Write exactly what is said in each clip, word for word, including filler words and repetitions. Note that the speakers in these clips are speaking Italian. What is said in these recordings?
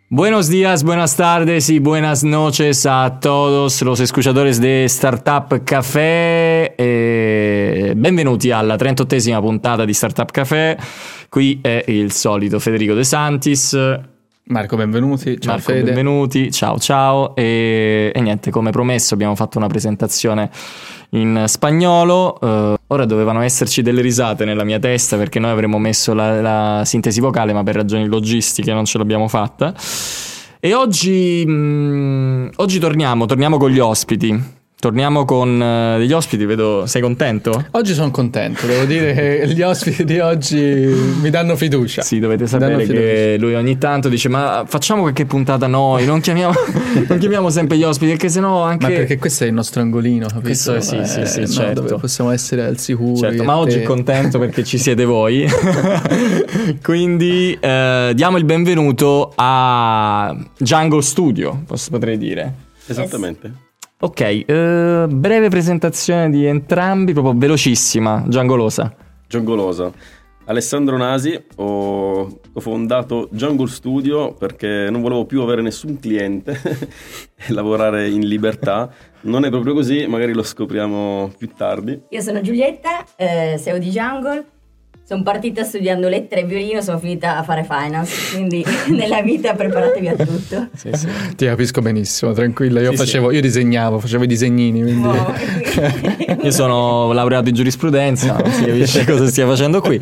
Buenos días, buenas tardes y buenas noches a todos los escuchadores de Startup Café. E benvenuti alla trentottesima puntata di Startup Café. Qui è il solito Federico De Santis. Marco, benvenuti. Ciao Marco, Fede. benvenuti. Ciao, ciao. E, e niente, come promesso abbiamo fatto una presentazione in spagnolo. Uh, ora dovevano esserci delle risate nella mia testa perché noi avremmo messo la, la sintesi vocale, ma per ragioni logistiche non ce l'abbiamo fatta. E oggi, mh, oggi torniamo, torniamo con gli ospiti. Torniamo con uh, degli ospiti, vedo, sei contento? Oggi sono contento, devo dire che gli ospiti di oggi mi danno fiducia. Sì, dovete sapere che lui ogni tanto dice ma facciamo qualche puntata noi, non chiamiamo, non chiamiamo sempre gli ospiti perché sennò anche... Ma perché questo è il nostro angolino, capito? Questo è, sì, eh, sì, sì, no, certo. Dove possiamo essere al sicuro. Certo, ma oggi è contento perché ci siete voi. Quindi eh, diamo il benvenuto a Jungle Studio, posso, potrei dire. Esattamente. Ok, eh, breve presentazione di entrambi, proprio velocissima, giangolosa. Giangolosa. Alessandro Nasi, ho fondato Jungle Studio perché non volevo più avere nessun cliente e lavorare in libertà. Non è proprio così, magari lo scopriamo più tardi. Io sono Giulietta, eh, S E O di Jungle. Sono partita studiando lettere e violino, sono finita a fare finance, quindi nella vita preparatevi a tutto. Sì, sì. Ti capisco benissimo, tranquilla. Io Sì, facevo, sì. io disegnavo, facevo i disegnini, quindi... Oh, Io sono laureato in giurisprudenza, non si capisce cosa stia facendo qui.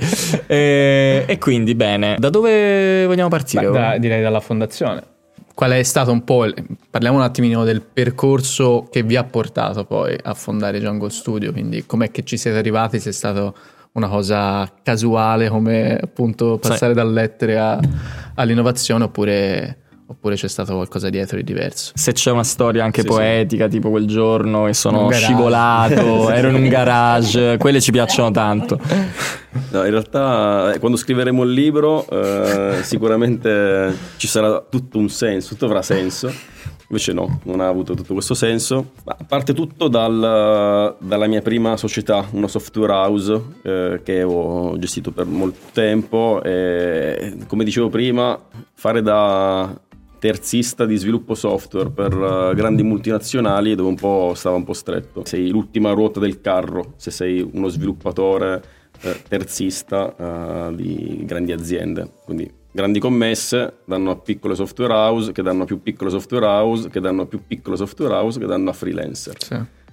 E, e quindi, bene, da dove vogliamo partire? Beh, da, direi dalla fondazione. Qual è stato un po', il, parliamo un attimino del percorso che vi ha portato poi a fondare Jungle Studio, quindi com'è che ci siete arrivati, se è stato una cosa casuale come appunto passare sì. dalle lettere a, all'innovazione oppure, oppure c'è stato qualcosa dietro di diverso? Se c'è una storia anche sì, poetica, sì. tipo quel giorno che sono scivolato, sì, ero in un sì. garage, quelle ci piacciono tanto. No, in realtà eh, quando scriveremo il libro eh, sicuramente ci sarà tutto un senso, tutto avrà senso. Invece no, non ha avuto tutto questo senso. Ma parte tutto dal, dalla mia prima società, una software house eh, che ho gestito per molto tempo e, come dicevo prima, fare da terzista di sviluppo software per uh, grandi multinazionali dove un po' stava un po' stretto. Sei l'ultima ruota del carro se sei uno sviluppatore eh, terzista uh, di grandi aziende, quindi grandi commesse danno a piccole software house che danno a più piccole software house che danno a più piccole software house che danno a freelancer. Sì.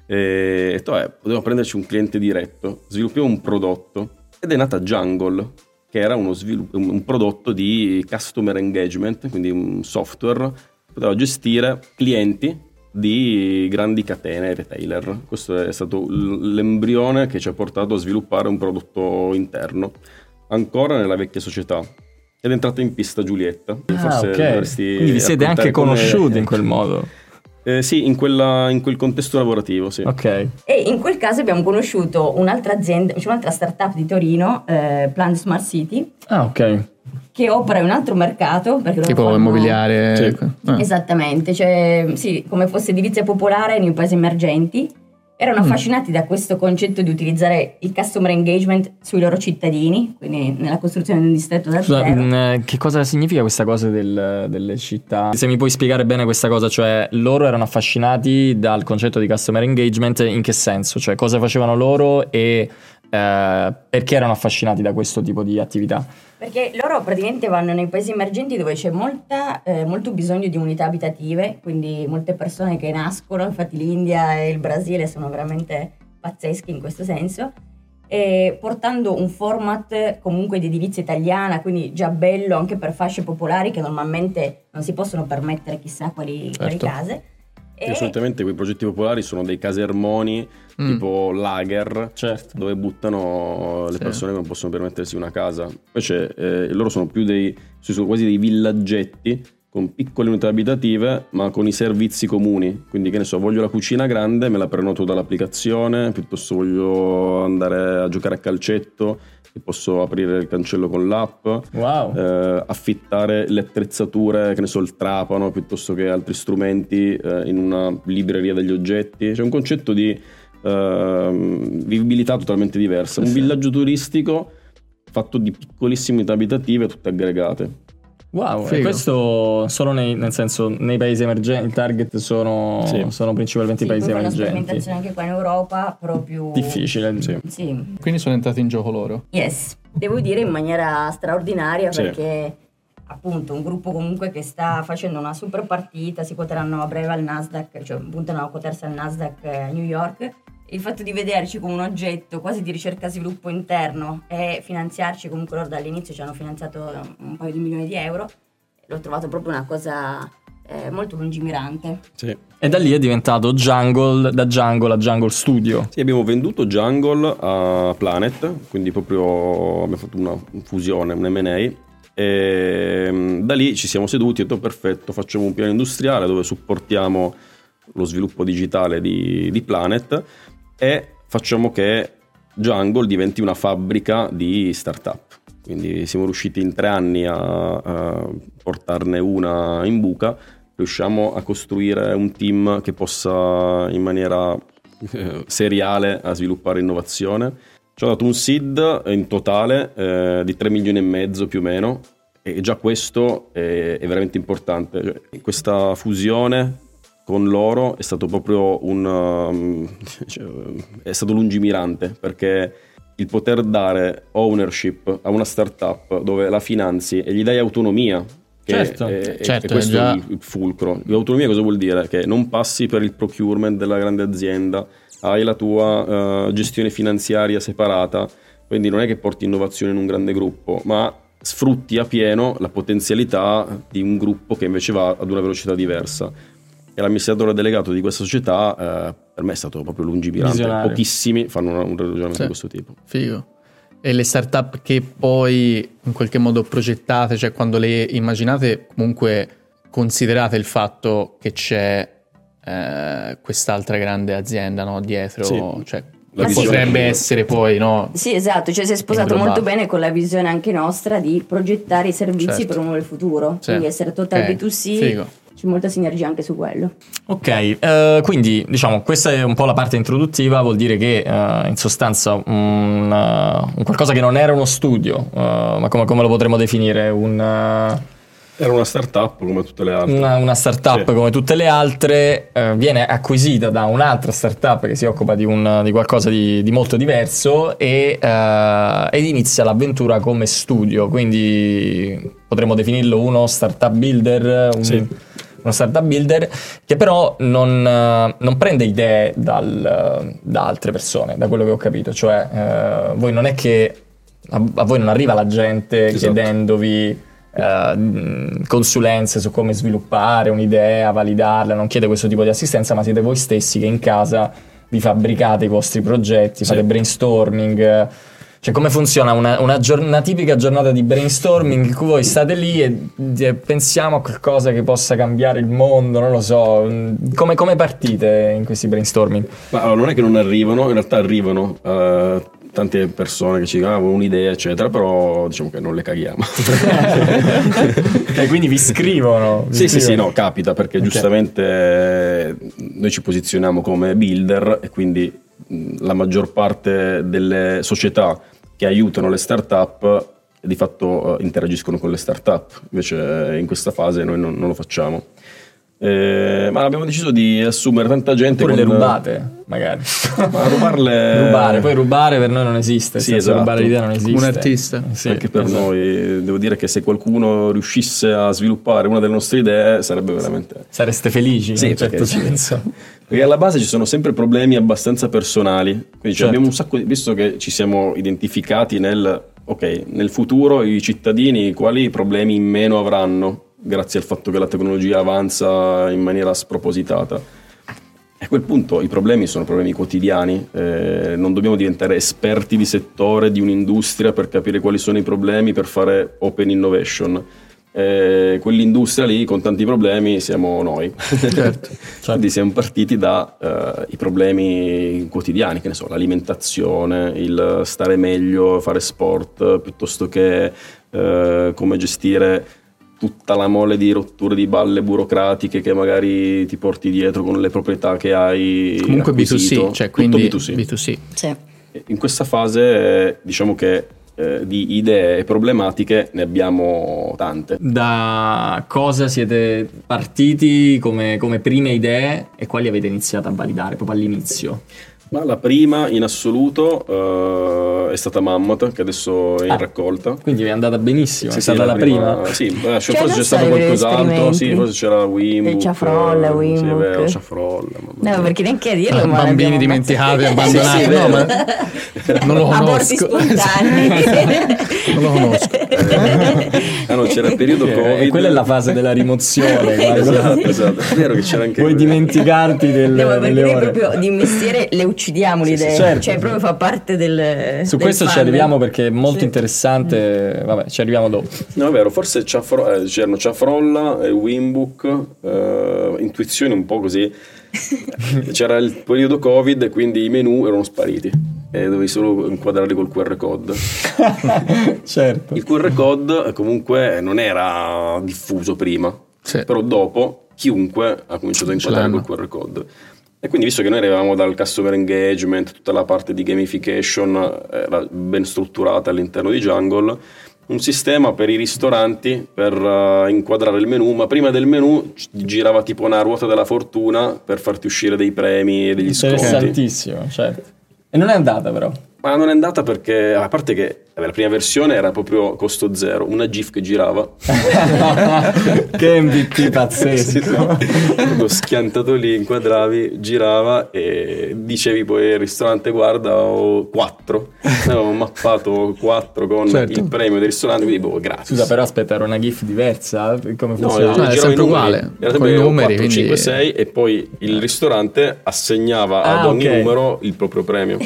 E eh, potevamo prenderci un cliente diretto, sviluppiamo un prodotto ed è nata Jungle, che era uno svilupp- un prodotto di customer engagement, quindi un software che poteva gestire clienti di grandi catene retailer. Questo è stato l'embrione che ci ha portato a sviluppare un prodotto interno ancora nella vecchia società. Ed è entrata in pista Giulietta. Ah, Forse ok. dovresti Quindi vi siete anche conosciuti come... in quel modo? Eh, sì, in, quella, in quel contesto lavorativo, sì. Ok. E in quel caso abbiamo conosciuto un'altra azienda, cioè un'altra startup di Torino, eh, Plan Smart City. Ah, ok. Che opera in un altro mercato. Perché tipo fanno... immobiliare. Sì. Ah. Esattamente, cioè sì, come fosse edilizia popolare nei paesi emergenti. Erano affascinati mm. da questo concetto di utilizzare il customer engagement sui loro cittadini, quindi nella costruzione di un distretto da Scusa, zero. mh, che cosa significa questa cosa del, delle città? Se mi puoi spiegare bene questa cosa, cioè loro erano affascinati dal concetto di customer engagement, in che senso? Cioè cosa facevano loro e eh, perché erano affascinati da questo tipo di attività? Perché loro praticamente vanno nei paesi emergenti dove c'è molta, eh, molto bisogno di unità abitative, quindi molte persone che nascono, infatti l'India e il Brasile sono veramente pazzeschi in questo senso, e portando un format comunque di edilizia italiana, quindi già bello anche per fasce popolari che normalmente non si possono permettere chissà quali, Certo. quali case. E solitamente quei progetti popolari sono dei casermoni mm. tipo lager, certo. dove buttano le sì. persone che non possono permettersi una casa. Invece eh, loro sono più dei, sono quasi dei villaggetti con piccole unità abitative ma con i servizi comuni. Quindi che ne so, voglio la cucina grande, me la prenoto dall'applicazione, piuttosto voglio andare a giocare a calcetto e posso aprire il cancello con l'app. Wow. eh, affittare le attrezzature, che ne so, il trapano piuttosto che altri strumenti eh, in una libreria degli oggetti. C'è un concetto di eh, vivibilità totalmente diversa, un villaggio turistico fatto di piccolissime unità abitative tutte aggregate. Wow, Figo. e questo solo nei, nel senso nei paesi emergenti, il target sono, Sì. sono principalmente i Sì, paesi poi fanno emergenti. sperimentazione anche qua in Europa, però più... Difficile, sì. Sì. Quindi sono entrati in gioco loro. Yes, devo dire in maniera straordinaria Sì. perché appunto un gruppo comunque che sta facendo una super partita, si quoteranno a breve al Nasdaq, cioè puntano a quotarsi al Nasdaq a New York. Il fatto di vederci come un oggetto quasi di ricerca e sviluppo interno e finanziarci, comunque loro dall'inizio ci hanno finanziato un paio di milioni di euro, l'ho trovato proprio una cosa eh, molto lungimirante. Sì. E da lì è diventato Jungle, da Jungle a Jungle Studio. Sì, abbiamo venduto Jungle a Planet, quindi proprio abbiamo fatto una fusione, un M and A, e mm, da lì ci siamo seduti e ho detto perfetto, facciamo un piano industriale dove supportiamo lo sviluppo digitale di, di Planet e facciamo che Jungle diventi una fabbrica di startup. Quindi siamo riusciti in tre anni a, a portarne una in buca, riusciamo a costruire un team che possa in maniera eh, seriale a sviluppare innovazione. Ci ho dato un seed in totale eh, di tre milioni e mezzo più o meno, e già questo è, è veramente importante. Cioè, questa fusione con loro è stato proprio un um, cioè, è stato lungimirante, perché il poter dare ownership a una startup dove la finanzi e gli dai autonomia, che Certo. è, è- Certo, è questo è già- il, il fulcro. L'autonomia cosa vuol dire? Che non passi per il procurement della grande azienda, hai la tua uh, gestione finanziaria separata, quindi non è che porti innovazione in un grande gruppo, ma sfrutti a pieno la potenzialità di un gruppo che invece va ad una velocità diversa. E l'amministratore delegato di questa società eh, per me è stato proprio lungimirante. Visionario. Pochissimi fanno una- un ragionamento Sì. di questo tipo. Figo. E le startup che poi in qualche modo progettate, cioè quando le immaginate, comunque considerate il fatto che c'è eh, quest'altra grande azienda, no, dietro, Sì. cioè La che visione. potrebbe essere poi, no? Sì, esatto, cioè si è sposato Inglobato. molto bene con la visione anche nostra di progettare i servizi Certo. per uno del futuro, Sì. quindi essere total Ok. B due C, Figo. c'è molta sinergia anche su quello. Ok, eh, quindi diciamo questa è un po' la parte introduttiva, vuol dire che eh, in sostanza un, uh, un qualcosa che non era uno studio, uh, ma come, come lo potremmo definire? Un, uh, Era una startup come tutte le altre. una, una startup Sì. come tutte le altre, eh, viene acquisita da un'altra startup che si occupa di, un, di qualcosa di, di molto diverso e, eh, ed inizia l'avventura come studio, quindi potremmo definirlo uno startup builder, un, Sì. uno startup builder che però non, eh, non prende idee dal- da altre persone, da quello che ho capito, cioè eh, voi non è che a, a voi non arriva la gente Esatto. chiedendovi eh, consulenze su come sviluppare un'idea, validarla, non chiede questo tipo di assistenza, ma siete voi stessi che in casa vi fabbricate i vostri progetti, Sì. fate brainstorming. Cioè, come funziona una, una, giorn- una tipica giornata di brainstorming in cui voi state lì e, e pensiamo a qualcosa che possa cambiare il mondo, non lo so. Come, come partite in questi brainstorming? Ma allora, non è che non arrivano, in realtà arrivano eh, tante persone che ci dicono ah, avevo un'idea eccetera, però diciamo che non le caghiamo. E quindi vi scrivono. vi Sì, sì, sì, scrivono. no, capita perché Ok. giustamente eh, noi ci posizioniamo come builder e quindi mh, la maggior parte delle società che aiutano le startup di fatto eh, interagiscono con le startup, invece eh, in questa fase noi non, non lo facciamo. Eh, ma abbiamo deciso di assumere tanta gente. Oppure le con- rubate, magari. Ma rubarle... Rubare, poi rubare per noi non esiste. Sì, nel senso, esatto. rubare l'idea non esiste. Come un artista. Sì, Anche per esatto. noi, devo dire che se qualcuno riuscisse a sviluppare una delle nostre idee sarebbe veramente... Sareste felici, Sì, in un certo perché- senso. Perché alla base ci sono sempre problemi abbastanza personali, quindi cioè, Certo. abbiamo un sacco di, visto che ci siamo identificati nel, ok, nel futuro i cittadini quali problemi in meno avranno grazie al fatto che la tecnologia avanza in maniera spropositata. E a quel punto i problemi sono problemi quotidiani, eh, non dobbiamo diventare esperti di settore, di un'industria per capire quali sono i problemi, per fare open innovation. Eh, quell'industria lì con tanti problemi siamo noi. Certo. Quindi siamo partiti da eh, i problemi quotidiani, che ne so, l'alimentazione, il stare meglio, fare sport, piuttosto che eh, come gestire tutta la mole di rotture di balle burocratiche che magari ti porti dietro con le proprietà che hai Comunque B due acquisito. C, cioè Tutto quindi B due C. B due C. Sì. In questa fase eh, diciamo che eh, di idee e problematiche ne abbiamo tante. Da cosa siete partiti come, come prime idee e quali avete iniziato a validare proprio all'inizio? Ma la prima in assoluto uh, è stata Mammoth, che adesso è in Ah, raccolta. Quindi vi è andata benissimo, Sì, è sì, stata la prima? Sì, eh, Cioè, forse c'è non stato so, qualcos'altro, esperimenti. sì, forse c'era Wimbook. Il Ciafrolla, eh, Sì, è Wimbook. vero, Ciafrolla. mamma No, mia. perché neanche a dirlo, Ah, ma bambini l'abbiamo dimenticati, ammazzato. abbandonati. Sì, sì, no, vero. ma non lo Aborti conosco. spontanei. Non lo conosco. Ah no, c'era il periodo Eh, Covid. quella è la fase della rimozione. quando Esatto, esatto. È vero che c'era anche Puoi quello. dimenticarti del, No, ma perché delle noi ore. proprio di mestiere le uccidiamo le Sì, sì, idee, certo. cioè proprio fa parte del Su del questo ci fandom. arriviamo perché è molto Sì. interessante. Vabbè, ci arriviamo dopo. No, è vero, forse Ciafro- eh, c'erano Ciafrolla e Wimbook, eh, intuizioni un po' così. C'era il periodo Covid e quindi i menu erano spariti e dovevi solo inquadrarli col Q R code. Certo. Il Q R code comunque non era diffuso prima, Sì. però dopo chiunque ha cominciato a inquadrare l'hanno. col Q R code. E quindi, visto che noi arrivavamo dal customer engagement, tutta la parte di gamification era ben strutturata all'interno di Jungle, un sistema per i ristoranti per uh, inquadrare il menu, ma prima del menu ci- girava tipo una ruota della fortuna per farti uscire dei premi e degli sconti. Interessantissimo, certo. E non è andata però. Ma non è andata perché, a parte che vabbè, la prima versione era proprio costo zero, una GIF che girava. Che M V P pazzesco. Sì, sì. Proprio schiantato lì, inquadravi, girava e dicevi poi al ristorante guarda ho quattro. Noi avevamo mappato quattro con Certo. il premio del ristorante, quindi boh, gratis. Scusa, però aspetta, era una GIF diversa? Come No, funziona? No, è girava i sempre numeri. uguale, Era con sempre i numeri, quattro, quindi- cinque, sei e poi il ristorante assegnava Ah, ad ogni ok. numero il proprio premio.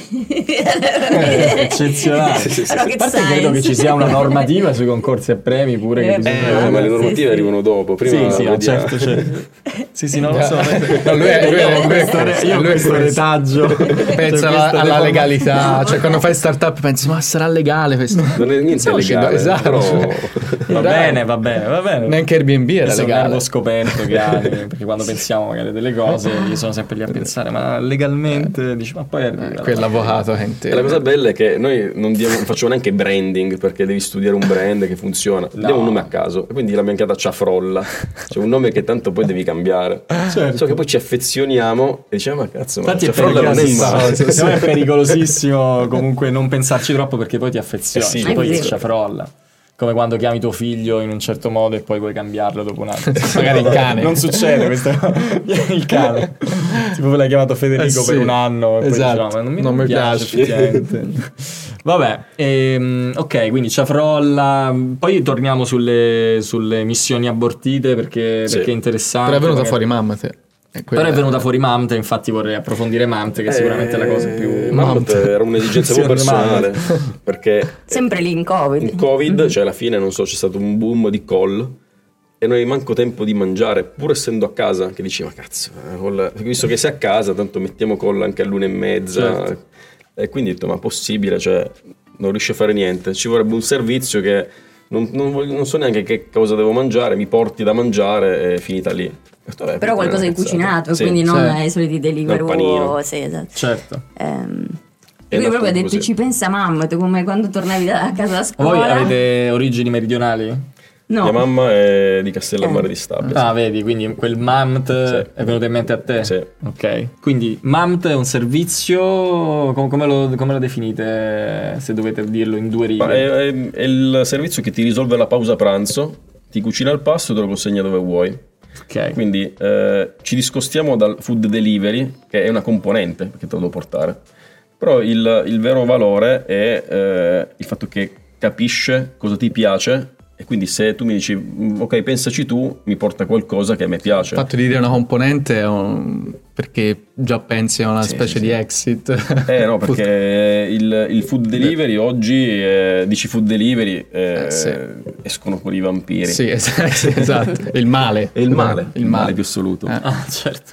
Eccezionale. Sì, sì, sì. A Rocket parte credo science. che ci sia una normativa sui concorsi e premi pure che Eh, bisogna... Eh, ma le sì, normative sì. arrivano dopo. Prima Sì, sì, no, vediamo. certo, certo. Sì, sì, non lo so. No, lui è- lui è- Io ho lui è questo, questo, io ho lui è questo questo. retaggio. Pensa Cioè, alla, questa alla deforma- legalità, cioè quando fai startup pensi ma sarà legale questo? Non è niente Stiamo legale, uscendo- però... esatto. Va Dai. bene, va bene, va bene. Neanche Airbnb era Questo è un legale. nervo scoperto che hai, perché quando pensiamo magari delle cose io sono sempre lì a pensare ma legalmente dici ma poi arriva Eh, Quell'avvocato è in E la te. cosa bella è che noi non, diamo, non facciamo neanche branding perché devi studiare un brand che funziona. Diamo un nome a caso e quindi l'abbiamo chiamata Ciafrolla. Cioè un nome che tanto poi devi cambiare. Certo. So che poi ci affezioniamo e diciamo ma cazzo, ma Infatti è Ciafrolla non è pericolosissimo, male. secondo me è pericolosissimo comunque non pensarci troppo perché poi ti affezioni, Eh sì. cioè, poi È ti vero. sciafrolla. Come quando chiami tuo figlio in un certo modo e poi vuoi cambiarlo dopo un anno. Magari il cane. Non succede questo. Il cane. Tipo l'hai chiamato Federico Eh sì. per un anno e poi Esatto. diciamo, ma non mi, Non mi piace." effettivamente. Vabbè, ehm, ok, quindi Ciafrolla. Poi torniamo sulle, sulle missioni abortite perché, Sì. perché è interessante. Però è venuta magari- fuori Mammoth. E quella- Però è venuta fuori Mamte, infatti vorrei approfondire Mamte, che è sicuramente la cosa più... Eh, Mammoth era un'esigenza proprio Sì, personale perché Sempre lì in Covid. in Covid, cioè alla fine non so, c'è stato un boom di call e non avevi manco tempo di mangiare, pur essendo a casa, che diceva cazzo, eh, call- visto che sei a casa, tanto mettiamo call anche all'una e mezza. Certo. E quindi ho detto, ma possibile, cioè non riesci a fare niente, ci vorrebbe un servizio che non, non voglio- non so neanche che cosa devo mangiare, mi porti da mangiare e è finita lì. Ho detto, vabbè, Però qualcosa di una cazzata. cucinato, Sì. quindi non Sì. ai soliti delivery. Dal panino. Sì, esatto. Certo. Ehm, È quindi nato proprio ha detto così. ci pensa Mammoth, come quando tornavi da casa a Ma scuola. voi avete origini meridionali? No. Mia mamma è di Castellammare Eh. di Stabia. Ah, vedi, quindi quel Mamt Sì. è venuto in mente a te? Sì. Ok. Quindi Mamt è un servizio, com- come lo, come lo definite se dovete dirlo in due righe? Ma è, è- è il servizio che ti risolve la pausa pranzo, ti cucina il pasto e te lo consegna dove vuoi. Ok. Quindi eh, ci discostiamo dal food delivery, che è una componente, perché te lo devo portare. Però il, il vero valore è eh, il fatto che capisce cosa ti piace. E quindi se tu mi dici, "Mm, ok, pensaci tu, mi porta qualcosa che a me piace. Il fatto di dire una componente è un- perché già pensi a una Sì, specie sì, di sì. exit. Eh no, perché il, il food delivery oggi, eh, dici food delivery, eh, Eh, sì. escono fuori i vampiri. Sì, es- sì, esatto. Il male. È il male, Il male. più assoluto. Eh. Ah, certo.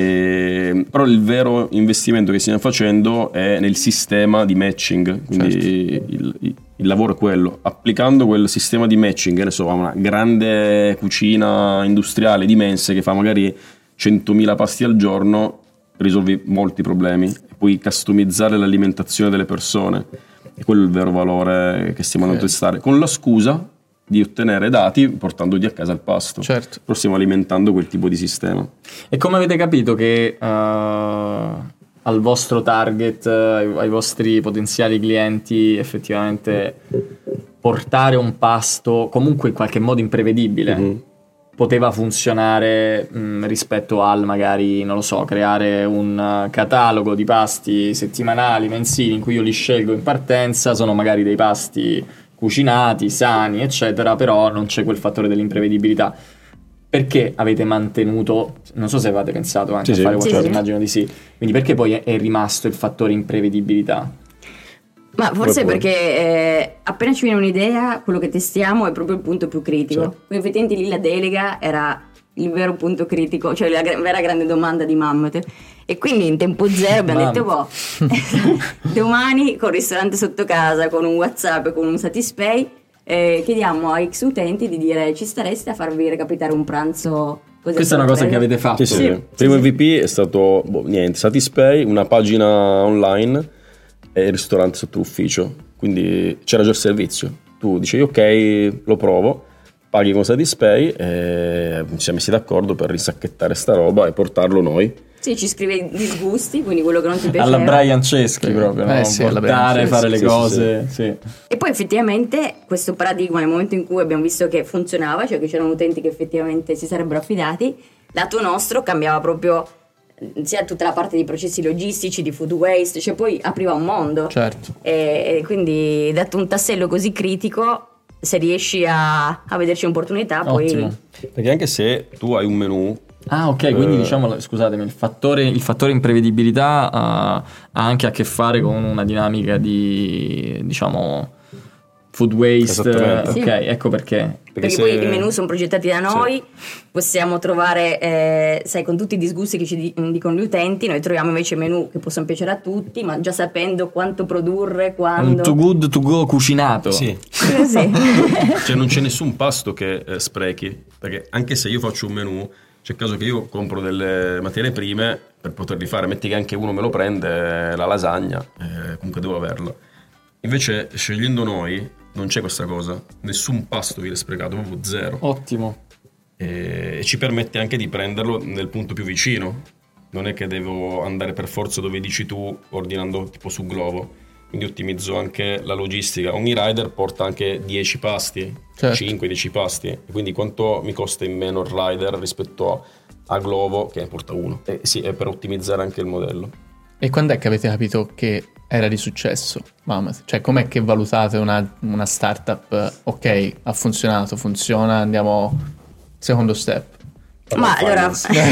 E- però il vero investimento che stiamo facendo è nel sistema di matching, quindi il, il- il lavoro è quello, applicando quel sistema di matching, adesso ha una grande cucina industriale di mense che fa magari centomila pasti al giorno, risolvi molti problemi, puoi customizzare l'alimentazione delle persone E quello è il vero valore che stiamo andando a testare, con la scusa di ottenere dati portandoli a casa al pasto. Certo. Però stiamo alimentando quel tipo di sistema. E come avete capito che uh, al vostro target, ai, ai vostri potenziali clienti, effettivamente portare un pasto comunque in qualche modo imprevedibile mm-hmm. poteva funzionare mh, rispetto al magari, non lo so, creare un catalogo di pasti settimanali, mensili, in cui io li scelgo in partenza, sono magari dei pasti cucinati, sani, eccetera, però non c'è quel fattore dell'imprevedibilità. Perché avete mantenuto, non so se avete pensato anche sì, a fare sì. qualcosa, sì, immagino di sì, quindi perché poi è, è rimasto il fattore imprevedibilità? Ma forse Poi, perché eh, appena ci viene un'idea, quello che testiamo è proprio il punto più critico. Certo. Quindi effettivamente lì la delega era il vero punto critico, cioè la gra- vera grande domanda di Mammoth. E quindi in tempo zero abbiamo detto, boh, domani con il ristorante sotto casa, con un WhatsApp, con un Satispay, eh, chiediamo a X utenti di dire ci stareste a farvi recapitare un pranzo così. Questa è una cosa che avete fatto. Sì, sì. Sì, Il primo sì, M V P è stato, boh, niente, Satispay, una pagina online e il ristorante sotto l'ufficio. Quindi c'era già il servizio. Tu dicevi ok, lo provo, paghi con Satispay e ci siamo messi d'accordo per risacchettare sta roba e portarlo noi. Sì, ci scrive i disgusti, quindi quello che non ti piaceva. Alla Brian Ceschi proprio, no? Eh sì, alla Portare, Brian fare le Ceschi, sì, cose, sì. E poi effettivamente questo paradigma, nel momento in cui abbiamo visto che funzionava, cioè che c'erano utenti che effettivamente si sarebbero affidati, lato nostro cambiava proprio sia tutta la parte di processi logistici, di food waste, cioè poi apriva un mondo. Certo. E, e quindi dato un tassello così critico, se riesci a, a vederci un'opportunità, poi... Ottimo. Perché anche se tu hai un menù... Ah, ok, quindi Eh. diciamo, scusatemi, il fattore, il fattore imprevedibilità uh, ha anche a che fare con una dinamica di, diciamo, food waste. Esattamente. Ok, Sì. ecco perché. Perché se- poi i menù sono progettati da noi, Sì. possiamo trovare, eh, sai, con tutti i disgusti che ci di- dicono gli utenti, noi troviamo invece menù che possono piacere a tutti, ma già sapendo quanto produrre, Un quando... too good to go cucinato. Sì. Eh, sì. Cioè non c'è nessun pasto che eh, sprechi, perché anche se io faccio un menù, c'è il caso che io compro delle materie prime per poterli fare, metti che anche uno me lo prende, la lasagna, eh, comunque devo averla. Invece scegliendo noi non c'è questa cosa, nessun pasto viene sprecato, proprio zero. Ottimo. E ci permette anche di prenderlo nel punto più vicino, non è che devo andare per forza dove dici tu ordinando tipo su Glovo. Quindi ottimizzo anche la logistica. Ogni rider porta anche dieci pasti, Certo. cinque dieci pasti. E quindi quanto mi costa in meno il rider rispetto a Glovo che ne porta uno? E sì, è per ottimizzare anche il modello. E quando è che avete capito che era di successo Mammoth? Cioè com'è che valutate una, una startup, ok, ha funzionato, funziona, andiamo secondo step? Ma allora...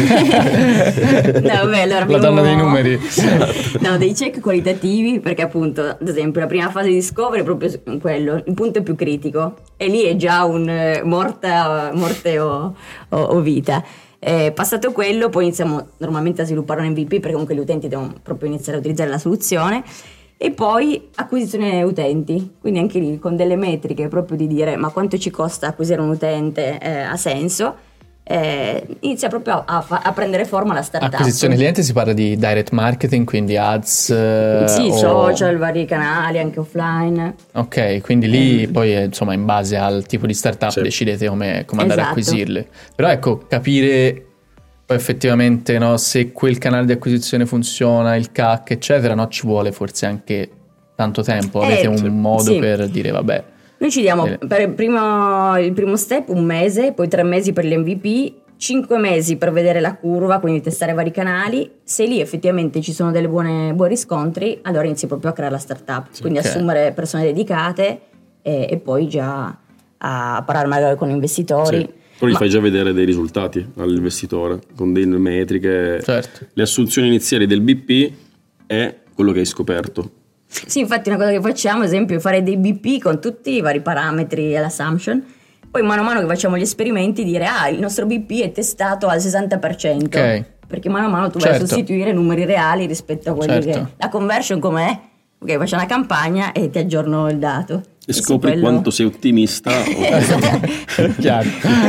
Finance. no, vabbè, allora La abbiamo- donna dei numeri. No, dei check qualitativi, perché appunto, ad esempio, la prima fase di discovery è proprio quello, il punto più critico. E lì è già un eh, morta, morte o, o, o vita. Eh, passato quello, poi iniziamo normalmente a sviluppare un M V P, perché comunque gli utenti devono proprio iniziare a utilizzare la soluzione. E poi acquisizione utenti, quindi anche lì con delle metriche proprio di dire ma quanto ci costa acquisire un utente, eh, ha senso. Eh, inizia proprio a, fa- a prendere forma la startup. Acquisizione cliente si parla di direct marketing, quindi ads. eh, Sì, o- social, vari canali, anche offline. Ok, quindi lì poi eh, insomma in base al tipo di startup Sì. decidete come, come andare a Esatto. acquisirle. Però ecco, capire poi effettivamente no, se quel canale di acquisizione funziona, il C A C eccetera, no, ci vuole forse anche tanto tempo. Eh, Avete un sì. modo Sì. per dire vabbè. Noi ci diamo Bene. per il primo, il primo step un mese, poi tre mesi per l'M V P, cinque mesi per vedere la curva, quindi testare vari canali. Se lì effettivamente ci sono delle buone, buoni riscontri, allora inizi proprio a creare la startup, quindi ok. assumere persone dedicate e, e poi già a parlare magari con investitori. Sì. Poi gli Ma- fai già vedere dei risultati all'investitore con delle metriche. Certo. Le assunzioni iniziali del B P è quello che hai scoperto. Sì, infatti una cosa che facciamo, ad esempio, è fare dei B P con tutti i vari parametri e l'assumption, poi mano a mano che facciamo gli esperimenti dire ah, il nostro B P è testato al sessanta per cento, Ok. perché mano a mano tu vai Certo. a sostituire numeri reali rispetto a quelli Certo. che... La conversion com'è? Ok, faccio una campagna e ti aggiorno il dato. E Sì, scopri quello- quanto sei ottimista. o- Chiaro.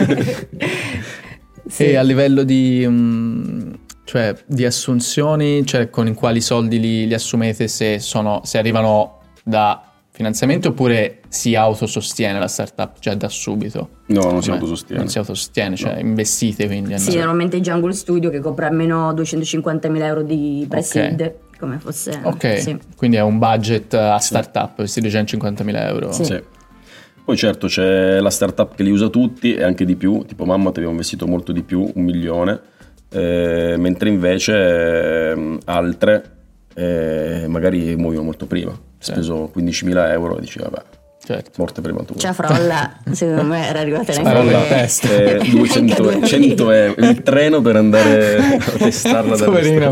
Sì. E a livello di, mm, cioè, di assunzioni, cioè con quali soldi li, li assumete se, sono, se arrivano da finanziamenti oppure si autosostiene la startup già da subito? No, non si Come? autosostiene. Non si autosostiene, cioè No. investite quindi. Sì, normalmente Jungle Studio che copre almeno duecentocinquantamila euro di pre-seed, Ok. come fosse... Ok, sì. quindi è un budget a startup, questi duecentocinquantamila euro. Sì. Sì. Poi certo c'è la startup che li usa tutti e anche di più, tipo Mammoth abbiamo investito molto di più, un milione, eh, mentre invece eh, altre eh, magari muoiono molto prima. Ho Sì. speso quindicimila euro e dici vabbè, Certo. morte prematura. Cioè Frolla, secondo me era arrivata Spara neanche alla testa. Eh, duecento, cento euro il treno per andare a testarla da Poverino.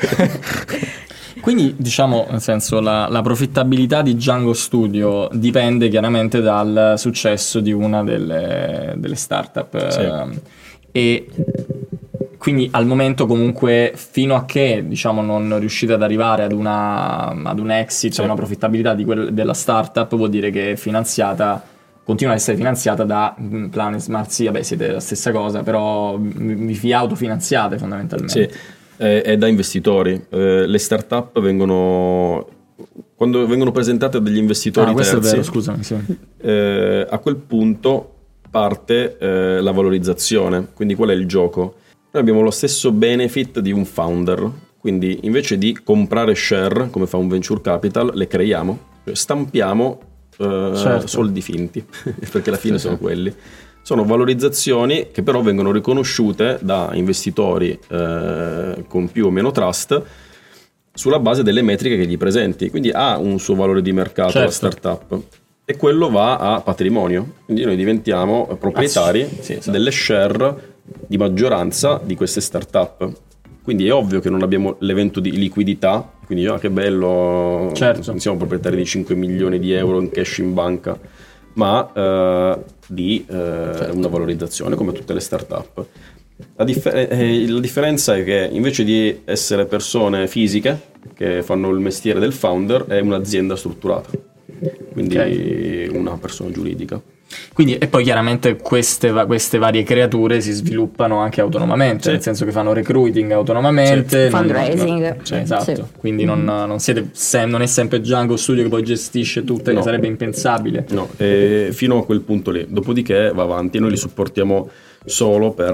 Quindi diciamo, nel senso, la, la profittabilità di Django Studio dipende chiaramente dal successo di una delle, delle startup. Sì. eh, e quindi al momento comunque fino a che diciamo non riuscite ad arrivare ad una ad un exit, Sì. a una profittabilità di quel- della startup, vuol dire che è finanziata, continua ad essere finanziata da mm, Planet Smart. Sì, vabbè, siete la stessa cosa, però vi vi autofinanziate fondamentalmente. Sì, è, è da investitori. Eh, le startup vengono quando vengono presentate a degli investitori Ah, questo è terzi, vero, scusami, sì. eh, a quel punto parte eh, la valorizzazione. Quindi qual è il gioco? Noi abbiamo lo stesso benefit di un founder, quindi invece di comprare share come fa un venture capital, le creiamo, cioè stampiamo eh, Certo. soldi finti, perché alla fine Sì, sono sì. quelli. Sono valorizzazioni che però vengono riconosciute da investitori eh, con più o meno trust sulla base delle metriche che gli presenti, quindi ha un suo valore di mercato Certo. la startup e quello va a patrimonio, quindi noi diventiamo proprietari Ah, sì, sì, esatto. delle share di maggioranza di queste startup. Quindi è ovvio che non abbiamo l'evento di liquidità, quindi ah, che bello, Certo. non siamo proprietari di cinque milioni di euro in cash in banca, ma eh, di eh, una valorizzazione come tutte le startup. La, differ- eh, la differenza è che invece di essere persone fisiche che fanno il mestiere del founder, è un'azienda strutturata, quindi Ok. una persona giuridica. Quindi, e poi chiaramente queste, va- queste varie creature si sviluppano anche autonomamente, Sì. nel senso che fanno recruiting autonomamente, Sì. non- Fundraising. cioè, esatto. Sì. Quindi non, non siete sem- non è sempre Django Studio che poi gestisce tutte, No. che sarebbe impensabile. No, e fino a quel punto lì. Dopodiché va avanti, noi li supportiamo solo per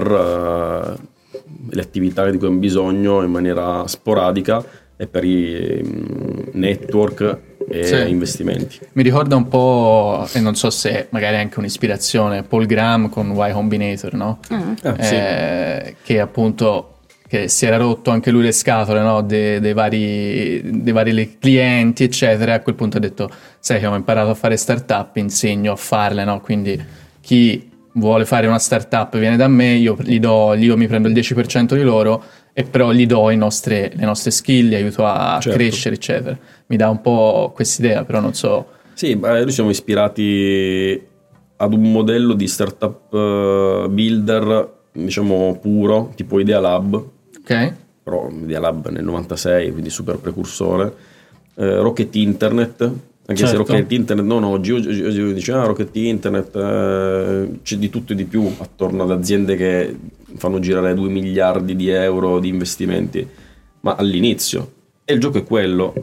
eh, le attività di cui hanno bisogno in maniera sporadica e per i mm, network e Sì. investimenti. Mi ricorda un po', e non so se magari è anche un'ispirazione, Paul Graham con Y Combinator, no? Ah, sì. Eh, che appunto che si era rotto anche lui le scatole, no? De- dei vari, dei vari clienti, eccetera. E a quel punto ha detto: sai che ho imparato a fare startup, insegno a farle, no? Quindi chi vuole fare una startup viene da me, io gli do, io mi prendo il dieci per cento di loro, e però gli do i nostre, le nostre skill, li aiuto a Certo. crescere, eccetera. Mi dà un po' quest'idea, però non so. Sì, beh, noi siamo ispirati ad un modello di startup eh, builder, diciamo puro, tipo Idea Lab, Ok? però Idea Lab nel novantasei, quindi super precursore. Eh, Rocket Internet, anche se Certo. Rocket Internet non oggi, oggi, oggi dice ah, Rocket Internet, eh, c'è di tutto e di più attorno ad aziende che fanno girare due miliardi di euro di investimenti, ma all'inizio. E il gioco è quello,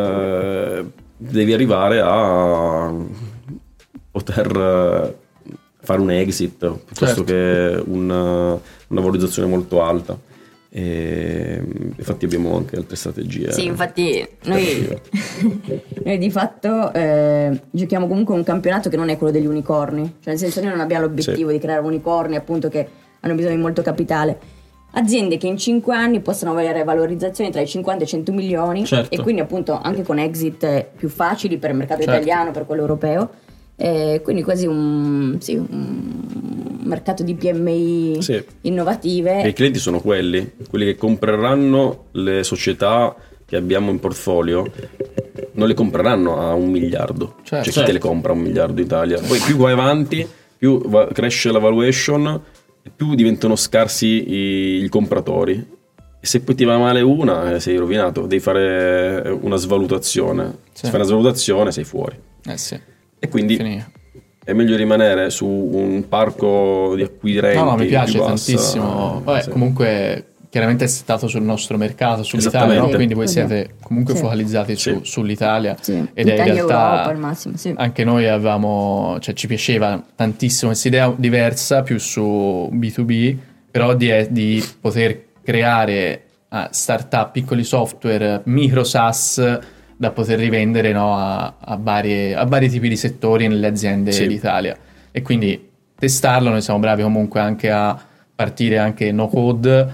eh, devi arrivare a poter eh, fare un exit piuttosto Certo. che una, una valorizzazione molto alta. E infatti abbiamo anche altre strategie. Sì, infatti noi, noi di fatto eh, giochiamo comunque un campionato che non è quello degli unicorni, cioè nel senso noi non abbiamo l'obiettivo Sì. di creare unicorni appunto che hanno bisogno di molto capitale, aziende che in cinque anni possono avere valorizzazioni tra i cinquanta e i cento milioni Certo. e quindi appunto anche con exit più facili per il mercato Certo. italiano, per quello europeo, e quindi quasi un, sì, un mercato di P M I Sì. innovative. E i clienti sono quelli, quelli che compreranno le società che abbiamo in portfolio, non le compreranno a un miliardo. Certo. Cioè chi Certo. te le compra a un miliardo in Italia? Poi più vai avanti, più va- cresce la valuation, e più diventano scarsi i, i compratori. E se poi ti va male una, eh, sei rovinato. Devi fare una svalutazione. Sì. Se fai una svalutazione sei fuori. Eh sì. E quindi Finì. è meglio rimanere su un parco di acquirenti. No, no, mi piace più bassa. tantissimo. Vabbè, Sì. comunque chiaramente è stato sul nostro mercato, sull'Italia, no? Quindi voi siete comunque sì. focalizzati sì. su, sull'Italia sì. ed Italia, è in realtà Europa al massimo, sì. anche noi avevamo, cioè ci piaceva tantissimo questa idea diversa più su B due B, però di, di poter creare uh, startup, piccoli software, micro SaaS da poter rivendere, no, a, a, varie, a vari tipi di settori nelle aziende sì. d'Italia, e quindi testarlo. Noi siamo bravi comunque anche a partire anche no code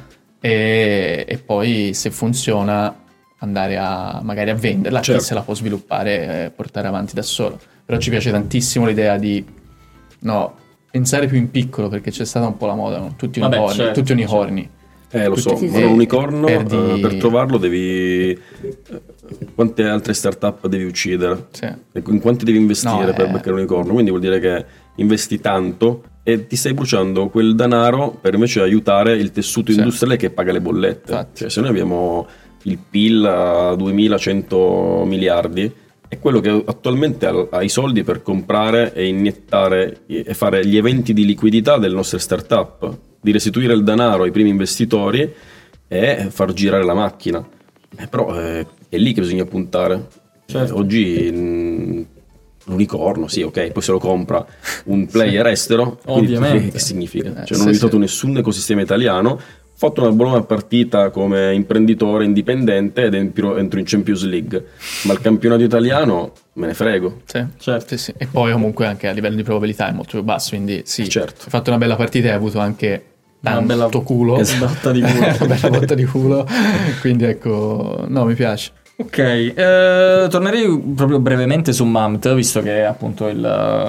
e, e poi se funziona andare a magari a venderla, certo. Chi se la può sviluppare e portare avanti da solo. Però ci piace tantissimo l'idea di no pensare più in piccolo, perché c'è stata un po' la moda, no? Tutti Vabbè, unicorni, certo, tutti unicorni. Eh, lo so, Sì, ma sì. un unicorno Perdi- eh, per trovarlo devi... eh, quante altre startup devi uccidere? Sì. E in quanti devi investire No, per eh. beccare un unicorno? Quindi vuol dire che investi tanto e ti stai bruciando quel denaro per invece aiutare il tessuto Sì. industriale che paga le bollette. Infatti. Cioè, se noi abbiamo il P I L a duemilacento miliardi, è quello che attualmente ha, ha i soldi per comprare e iniettare e fare gli eventi di liquidità delle nostre startup, di restituire il denaro ai primi investitori e far girare la macchina. Eh, però eh, è lì che bisogna puntare. Certo. Eh, oggi mh, l'unicorno, sì, ok, poi se lo compra un player estero, Ovviamente. Che significa? Eh, Cioè, sì, non ho aiutato sì. nessun ecosistema italiano. Ho fatto una buona partita come imprenditore indipendente ed entro, entro in Champions League, ma il campionato italiano me ne frego. Sì, Certo. sì, sì. E poi comunque anche a livello di probabilità è molto più basso, quindi sì, Certo. hai fatto una bella partita e hai avuto anche Una tanto bella culo, botta di culo. una bella botta di culo, quindi ecco, no, mi piace. Ok, eh, tornerei proprio brevemente su Mamt, visto che è appunto il,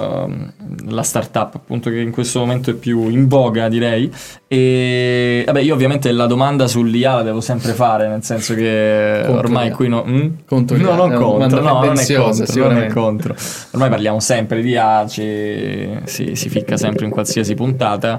la startup appunto che in questo momento è più in voga, direi. E vabbè, io ovviamente la domanda sull'I A la devo sempre fare, nel senso che Contro ormai l'I A. qui no, mm? Contro no, l'I A, non è una contro, domanda no, non è tendenziosa, contro, non è sicuramente. contro. Ormai parliamo sempre di I A, ci, si, si ficca sempre in qualsiasi puntata.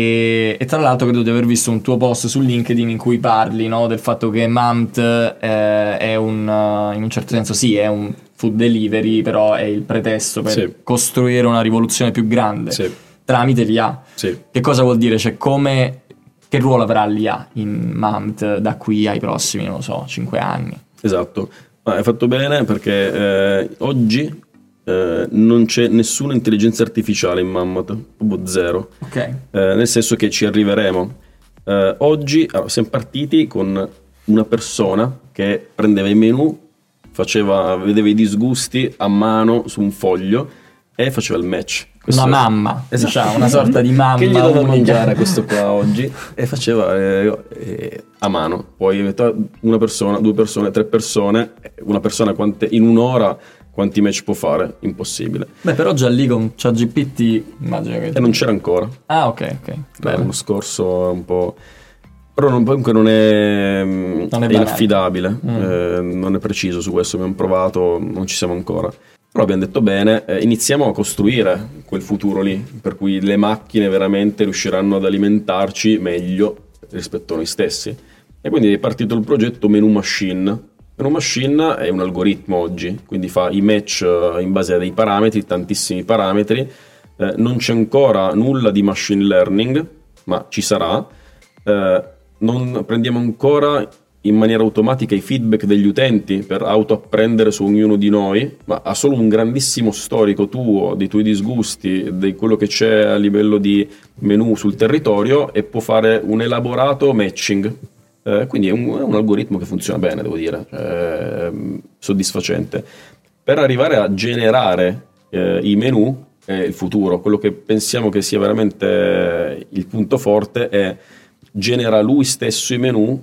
E, e tra l'altro credo di aver visto un tuo post su LinkedIn in cui parli, no, del fatto che Mamt eh, è un, uh, in un certo senso sì, è un food delivery, però è il pretesto per Sì. costruire una rivoluzione più grande Sì. tramite l'I A. Sì. Che cosa vuol dire? Cioè, come, che ruolo avrà l'I A in Mamt da qui ai prossimi, non lo so, cinque anni? Esatto, ma hai fatto bene perché eh, oggi eh, non c'è nessuna intelligenza artificiale in Mammoth, proprio zero, Ok. eh, nel senso che ci arriveremo. Eh, oggi allora, siamo partiti con una persona che prendeva i menu, faceva, vedeva i disgusti a mano su un foglio e faceva il match. Questo- Una mamma, Esatto. diciamo, una sorta di mamma. Che gli do da unica. mangiare a questo qua oggi? E faceva eh, eh, a mano. Poi metà- una persona, due persone, tre persone. Una persona quante, in un'ora quanti match può fare? Impossibile. Beh, però già lì con ChatGPT immagino che... E non c'era ancora. Ah, ok, ok. Bene. L'anno scorso è un po'... Però non, comunque non è, Non è è banale. inaffidabile, Mm. eh, non è preciso su questo, abbiamo provato, non ci siamo ancora. Però abbiamo detto bene, eh, iniziamo a costruire quel futuro lì, per cui le macchine veramente riusciranno ad alimentarci meglio rispetto a noi stessi. E quindi è partito il progetto Menu Machine. Menu Machine è un algoritmo oggi, quindi fa i match eh, in base a dei parametri, tantissimi parametri. Eh, non c'è ancora nulla di machine learning, ma ci sarà. Eh, non prendiamo ancora in maniera automatica i feedback degli utenti per autoapprendere su ognuno di noi, ma ha solo un grandissimo storico tuo, dei tuoi disgusti, di quello che c'è a livello di menu sul territorio e può fare un elaborato matching. Eh, quindi è un, è un algoritmo che funziona bene, devo dire, eh, soddisfacente. Per arrivare a generare eh, i menu, è il futuro, quello che pensiamo che sia veramente il punto forte è genera lui stesso i menu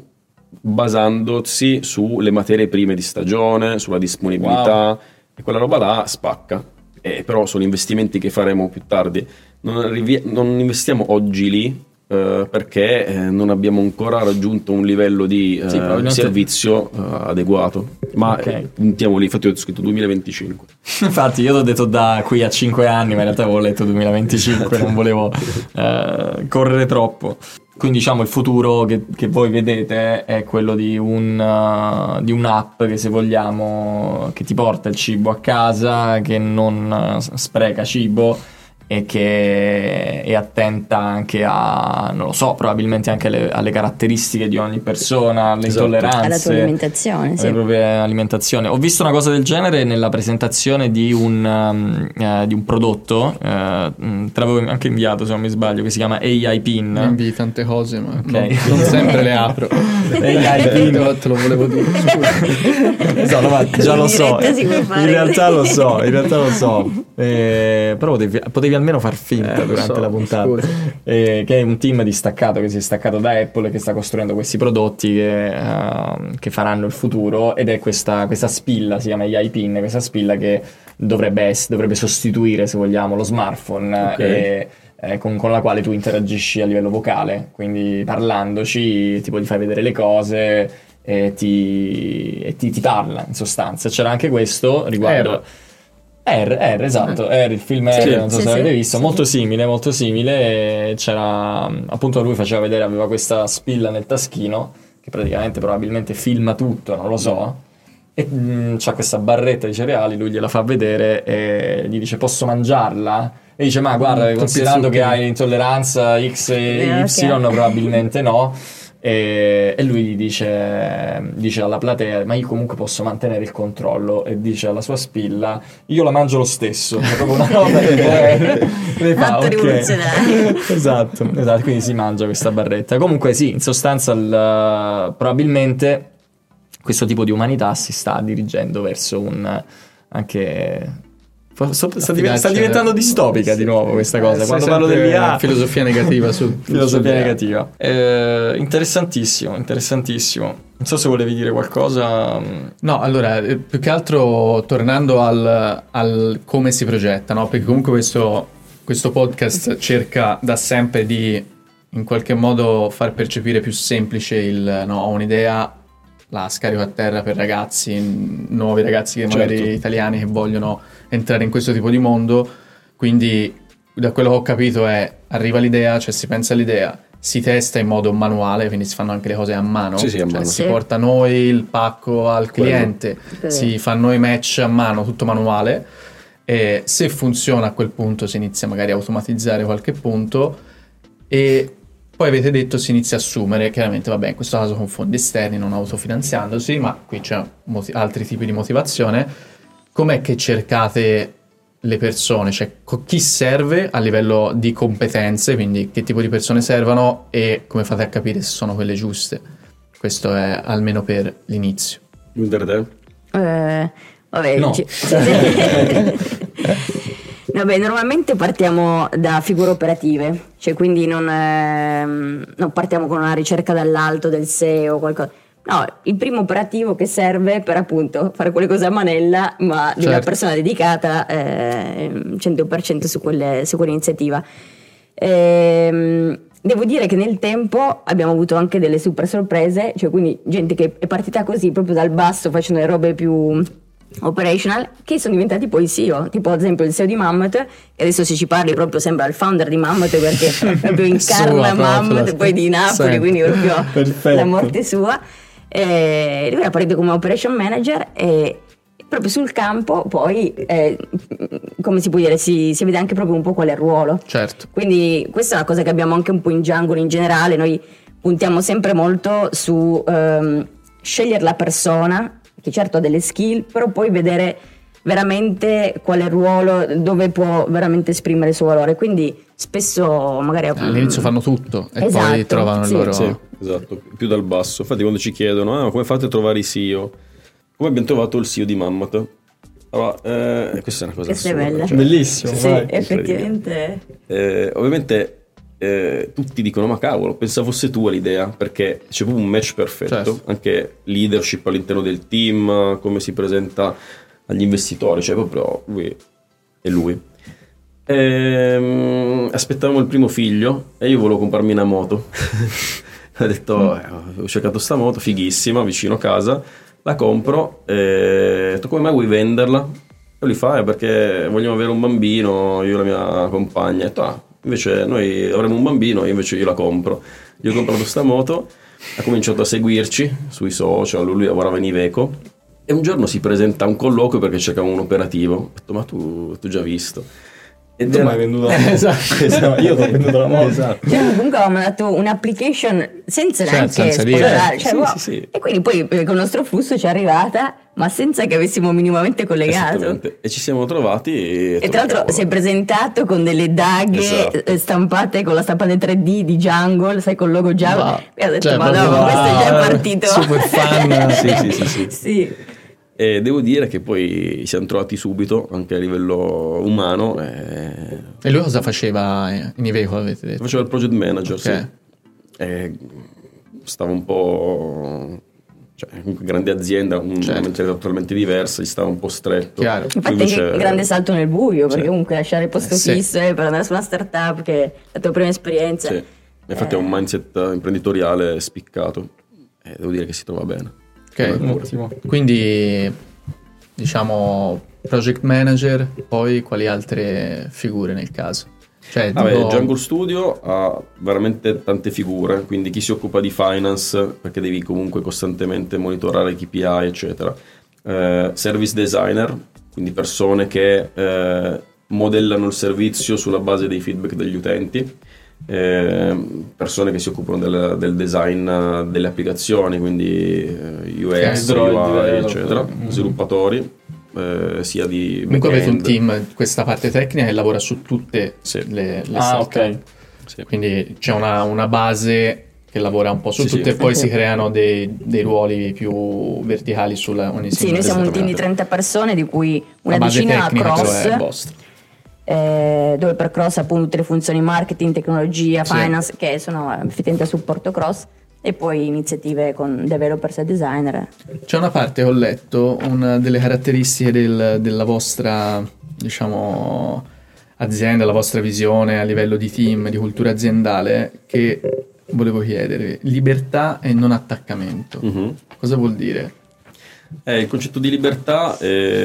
basandosi sulle materie prime di stagione, sulla disponibilità, Wow. e quella roba là spacca. E però sono investimenti che faremo più tardi. Non, arrivi- non investiamo oggi lì eh, perché eh, non abbiamo ancora raggiunto un livello di eh, Sì, probabilmente- servizio eh, adeguato. Ma Ok. eh, puntiamo lì, infatti ho scritto duemilaventicinque. Infatti io ti ho detto da qui a cinque anni, ma in realtà avevo letto duemilaventicinque, non volevo eh, correre troppo. Quindi diciamo il futuro che, che voi vedete è quello di, un, uh, di un'app che se vogliamo che ti porta il cibo a casa, che non uh, spreca cibo e che è attenta anche a, non lo so, probabilmente anche alle, alle caratteristiche di ogni persona, alle Esatto. intolleranze, Alla tua alimentazione, alle sì. proprie alimentazione. Ho visto una cosa del genere nella presentazione di un, um, eh, di un prodotto, eh, te l'avevo anche inviato se non mi sbaglio, che si chiama A I Pin. Mi invii tante cose, ma Ok. non, non sempre le apro. A I Pin. Te, te lo volevo dire. Esatto, ma già lo In so, diretta si può fare in realtà così. lo so, in realtà lo so. Eh, però potevi, potevi almeno far finta Eh, lo durante so, la puntata. scusa. Eh, che è un team distaccato che si è staccato da Apple e che sta costruendo questi prodotti che, eh, che faranno il futuro, ed è questa, questa spilla, si chiama A I Pin, questa spilla che dovrebbe, essere, dovrebbe sostituire, se vogliamo, lo smartphone, Ok. e, eh, con, con la quale tu interagisci a livello vocale, quindi parlandoci tipo ti fai vedere le cose e ti, e ti, ti parla in sostanza. C'era anche questo riguardo R, R, esatto, R, il film R, Sì, non so sì, se sì, l'avete visto, sì, molto sì. simile, molto simile, e c'era, appunto lui faceva vedere, aveva questa spilla nel taschino, che praticamente probabilmente filma tutto, non lo so, e mh, c'ha questa barretta di cereali, lui gliela fa vedere e gli dice posso mangiarla? E dice ma guarda, Mm, considerando che zuccheri. hai l'intolleranza X e Eh, ok. Y probabilmente no. E, e lui gli dice, dice alla platea ma io comunque posso mantenere il controllo, e dice alla sua spilla io la mangio lo stesso. È proprio una roba che lei fa, Atto ok. rivoluzionario. esatto, esatto, quindi si mangia questa barretta. Comunque sì, in sostanza il- probabilmente questo tipo di umanità si sta dirigendo verso un anche sta, sta div- sta diventando distopica di nuovo questa cosa. Eh, Quando sei parlo sempre dell'I A, filosofia negativa su filosofia su- negativa. Eh, interessantissimo, interessantissimo. Non so se volevi dire qualcosa. No, allora, eh, più che altro tornando al, al come si progetta, no? Perché comunque questo, questo podcast cerca da sempre di in qualche modo far percepire più semplice il no, ho un'idea, la scarico a terra per ragazzi, nuovi ragazzi che magari Certo. italiani che vogliono entrare in questo tipo di mondo. Quindi da quello che ho capito è arriva l'idea, cioè si pensa all'idea, si testa in modo manuale, quindi si fanno anche le cose a mano, Sì, sì, a cioè mano. si Sì. porta noi il pacco al Quello. cliente, si fanno i match a mano, tutto manuale, e se funziona a quel punto si inizia magari a automatizzare qualche punto, e poi avete detto si inizia a assumere, chiaramente vabbè in questo caso con fondi esterni, non autofinanziandosi, ma qui c'è moti- altri tipi di motivazione. Com'è che cercate le persone, cioè co- chi serve a livello di competenze, quindi che tipo di persone servono e come fate a capire se sono quelle giuste? Questo è almeno per l'inizio. Gunther, te? Eh, vabbè, No. ci- Vabbè, normalmente partiamo da figure operative, cioè quindi non, ehm, non partiamo con una ricerca dall'alto del S E O o qualcosa. No, il primo operativo che serve per appunto fare quelle cose a manella, ma di una Certo. persona dedicata eh, cento per cento su, quelle, su quell'iniziativa. Ehm, devo dire che nel tempo abbiamo avuto anche delle super sorprese, cioè quindi gente che è partita così proprio dal basso facendo le robe più operational, che sono diventati poi C E O, tipo ad esempio il S E O di Mammoth, e adesso se ci parli proprio sembra il founder di Mammoth perché proprio incarna Sua, proprio, Mammoth, la- poi di Napoli, sempre. quindi proprio Perfetto. la morte sua. E lui era partito come operation manager e proprio sul campo poi eh, come si può dire si, si vede anche proprio un po' qual è il ruolo. Certo. Quindi questa è una cosa che abbiamo anche un po' in Django in generale, noi puntiamo sempre molto su ehm, scegliere la persona che certo ha delle skill, però poi vedere veramente qual è il ruolo, dove può veramente esprimere il suo valore. Quindi spesso magari All'inizio fanno tutto e Esatto, poi trovano sì. il loro... Sì, esatto, più dal basso. Infatti quando ci chiedono ah, come fate a trovare i C E O? Come abbiamo trovato il C E O di Mammoth? Allora, eh, questa è una cosa Questa è assurda, bella. cioè, Bellissimo, sì, vai. effettivamente eh, ovviamente eh, tutti dicono ma cavolo, pensavo fosse tua l'idea, perché c'è proprio un match perfetto, Certo. anche leadership all'interno del team, come si presenta agli investitori, cioè proprio lui è lui. Ehm, aspettavamo il primo figlio e io volevo comprarmi una moto. Ho detto, eh, ho cercato sta moto fighissima vicino a casa, la compro e ho detto come mai vuoi venderla? E lui fa, eh, perché vogliamo avere un bambino, io e la mia compagna. Ho detto, ah, invece noi avremo un bambino, io invece io la compro. Io ho comprato sta moto, ha cominciato a seguirci sui social, lui lavorava in Iveco e un giorno si presenta a un colloquio perché cercava un operativo. Ho detto, ma tu tu già visto? Ed Tu era- mi hai venduto la Esatto. esatto. Io ti ho venduto la moto. Esatto. Cioè, comunque avevamo dato un'application senza Cioè, neanche senza dire. esplorare, cioè, Sì, wow. sì, sì. E quindi poi eh, con il nostro flusso ci è arrivata, ma senza che avessimo minimamente collegato. Esattamente. E ci siamo trovati e, E tra l'altro si è presentato con delle daghe Esatto. eh, stampate con la stampante tre D di Jungle, sai, col logo Jungle. Wow. E ho detto, Cioè, ma no, proprio, questo è già wow, partito. super fan. Sì, sì, sì, sì. Sì. E devo dire che poi ci siamo trovati subito, anche a livello umano. E... E lui cosa faceva in Iveco, avete detto? Faceva il project manager, Ok. sì. E stava un po'... Cioè, comunque grande azienda, un- Certo. una mentalità totalmente diversa, gli stava un po' stretto. Chiaro. Infatti Invece- anche un grande salto nel buio, perché Sì. comunque lasciare il posto Eh, sì. fisso eh, per andare su una startup che è la tua prima esperienza. Sì. Infatti Eh. ha un mindset imprenditoriale spiccato. E devo dire che si trova bene. Ok. Come pure. Ottimo. Quindi, diciamo, project manager, poi quali altre figure nel caso? Cioè, Vabbè, tipo- Jungle Studio ha veramente tante figure, quindi chi si occupa di finance, perché devi comunque costantemente monitorare i K P I, eccetera. Eh, service designer, quindi persone che eh, modellano il servizio sulla base dei feedback degli utenti. Eh, persone che si occupano del, del design eh, delle applicazioni, quindi eh, U X, Android U I, developer. eccetera. Mm. Sviluppatori, eh, sia di Comunque avete un back-end. team, questa parte tecnica, che lavora su tutte Sì. le, le Ah, startup. ok. Sì. Quindi c'è una, una base che lavora un po' su Sì, tutte sì. e poi si creano dei, dei ruoli più verticali sulla ogni Sì, singola noi siamo un team di startup. trenta persone, di cui una La base decina a tecnica però cross, è vostra. eh, dove per cross appunto tutte le funzioni marketing, tecnologia, Sì. finance, che sono eh, effettivamente a supporto cross, e poi iniziative con developers e designer. C'è una parte, ho letto, una delle caratteristiche del- della vostra, diciamo, azienda, la vostra visione a livello di team, di cultura aziendale, che volevo chiedere: libertà e non attaccamento. Mhm. Cosa vuol dire? Eh, il concetto di libertà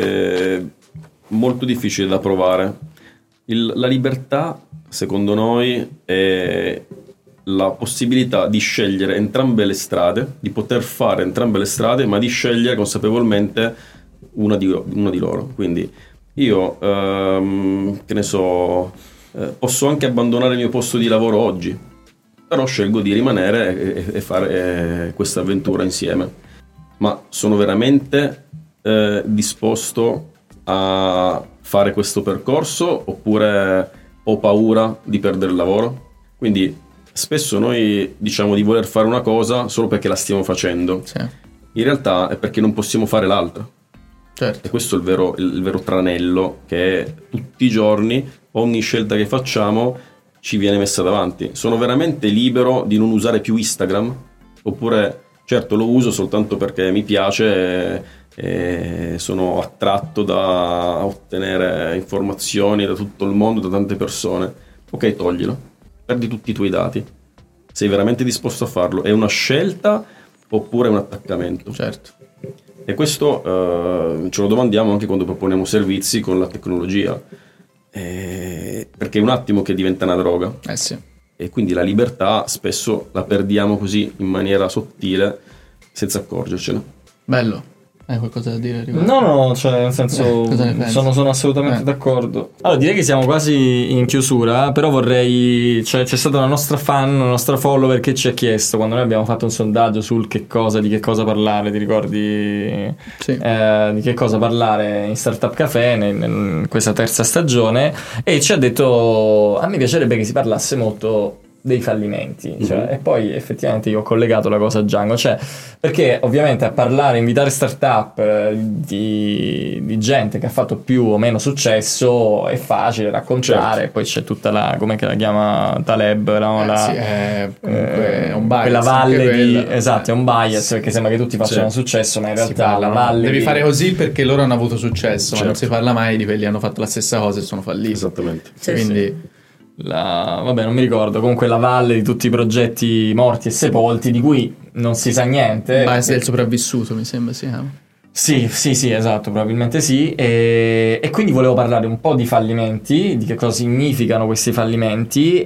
è molto difficile da provare. Il- la libertà, secondo noi, è la possibilità di scegliere entrambe le strade, di poter fare entrambe le strade, ma di scegliere consapevolmente una di, una di loro. Quindi io, ehm, che ne so, eh, posso anche abbandonare il mio posto di lavoro oggi, però scelgo di rimanere e, e fare eh, questa avventura insieme. Ma sono veramente eh, disposto a fare questo percorso oppure ho paura di perdere il lavoro? Quindi spesso noi diciamo di voler fare una cosa solo perché la stiamo facendo. Sì, In realtà è perché non possiamo fare l'altra. certo. E questo è il vero, il vero tranello, che tutti i giorni, ogni scelta che facciamo ci viene messa davanti. Sono veramente libero di non usare più Instagram? Oppure, certo, lo uso soltanto perché mi piace e, e sono attratto da ottenere informazioni da tutto il mondo, da tante persone. Ok, toglilo. Perdi tutti i tuoi dati. Sei veramente disposto a farlo? È una scelta oppure è un attaccamento? Certo. E questo eh, ce lo domandiamo anche quando proponiamo servizi con la tecnologia, Eh, perché è un attimo che diventa una droga Eh sì. e quindi la libertà spesso la perdiamo così in maniera sottile senza accorgercene. Bello. Hai qualcosa da dire a riguardo? No, no, cioè nel senso Eh, cosa ne pensi? sono, sono assolutamente Eh. d'accordo. Allora direi che siamo quasi in chiusura, però vorrei, cioè c'è stata una nostra fan, una nostra follower che ci ha chiesto, quando noi abbiamo fatto un sondaggio sul che cosa, di che cosa parlare, ti ricordi Sì. eh, di che cosa parlare in Startup Café in, in questa terza stagione, e ci ha detto: a me piacerebbe che si parlasse molto dei fallimenti, cioè, Mhm. e poi effettivamente io ho collegato la cosa a Django, cioè perché ovviamente a parlare, invitare startup eh, di, di gente che ha fatto più o meno successo è facile raccontare, Certo. poi c'è tutta la, come che la chiama Taleb, no? Eh, La, sì, è comunque eh, è un bias, quella valle anche di quella. esatto, è un bias, Sì. perché sembra che tutti facciano Sì. successo, ma in Si realtà parla, la no? valle Devi di- fare così perché loro hanno avuto successo, ma non Certo. si parla mai di quelli che hanno fatto la stessa cosa e sono falliti. Esattamente. Sì, Quindi la, vabbè, non mi ricordo, comunque la valle di tutti i progetti morti e sepolti di cui non si sa niente. bias del sopravvissuto, mi sembra si chiama. Sì, sì, sì, esatto, probabilmente sì. E, e quindi volevo parlare un po' di fallimenti, di che cosa significano questi fallimenti,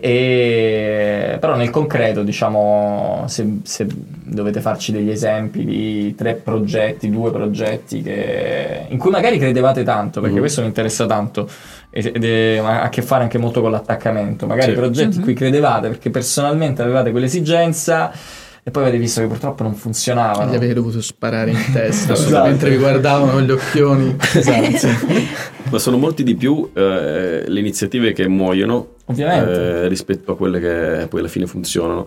e però nel concreto, diciamo, se, se dovete farci degli esempi di tre progetti, due progetti che, in cui magari credevate tanto, perché mm. questo mi interessa tanto, ed è, ha a che fare anche molto con l'attaccamento, magari sì. progetti mm-hmm. in cui credevate perché personalmente avevate quell'esigenza, e poi avete visto che purtroppo non funzionavano. Gli avete dovuto sparare in testa esatto. mentre vi guardavano con gli occhioni. Esatto. Ma sono molti di più eh, le iniziative che muoiono eh, rispetto a quelle che poi alla fine funzionano.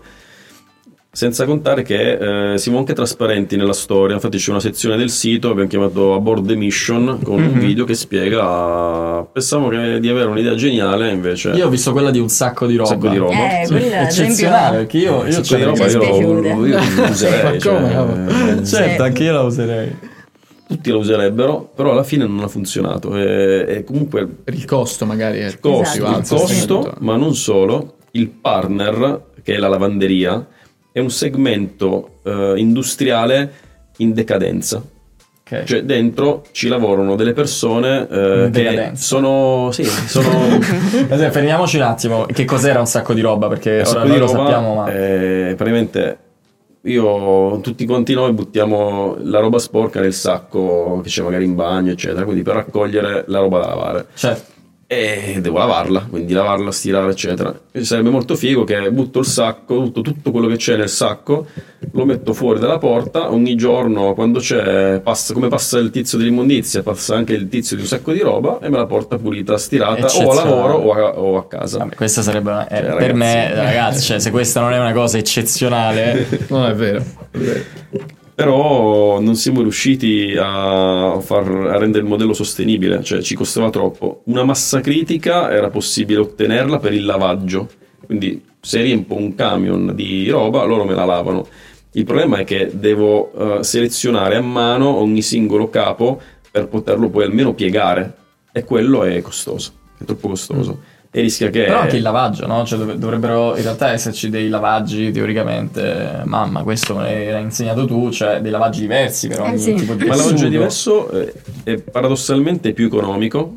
Senza contare che eh, siamo anche trasparenti nella storia. Infatti c'è una sezione del sito, abbiamo chiamato Aboard the Mission, con mm-hmm. un video che spiega, pensavo che di avere un'idea geniale, invece io ho visto quella di un sacco di roba, un sacco di roba. Eh, sì. quella, eccezionale, perché io, io ce l'ho, io, io, io la userei cioè, certo, anche io la userei, tutti la userebbero, però alla fine non ha funzionato e, e comunque per il costo magari è il costo, esatto. il costo ma non solo, il partner che è la lavanderia è un segmento eh, industriale in decadenza. Okay. Cioè dentro ci lavorano delle persone eh, che sono sì, sono fermiamoci un attimo, che cos'era un sacco di roba, perché un ora sacco noi di lo roba, sappiamo, ma eh, praticamente io tutti quanti noi buttiamo la roba sporca nel sacco che c'è magari in bagno eccetera, quindi per raccogliere la roba da lavare. Certo. E devo lavarla, quindi lavarla, stirare eccetera. E sarebbe molto figo che butto il sacco, tutto, tutto quello che c'è nel sacco lo metto fuori dalla porta, ogni giorno quando c'è passa, come passa il tizio dell'immondizia, passa anche il tizio di un sacco di roba e me la porta pulita, stirata o a lavoro o a, o a casa. Vabbè, questa sarebbe una, eh, cioè, per ragazzi, me ragazzi, cioè, se questa non è una cosa eccezionale no, è vero, è vero. Però non siamo riusciti a, far, a rendere il modello sostenibile, cioè ci costava troppo. Una massa critica era possibile ottenerla per il lavaggio, quindi se riempo un camion di roba loro me la lavano. Il problema è che devo uh, selezionare a mano ogni singolo capo per poterlo poi almeno piegare, e quello è costoso, è troppo costoso. Mm. E rischia che... Però anche il lavaggio, no? Cioè dov- dovrebbero in realtà esserci dei lavaggi teoricamente, mamma, questo me l'hai insegnato tu, cioè dei lavaggi diversi per ogni eh sì. tipo di Ma il lavaggio diverso è, è paradossalmente più economico,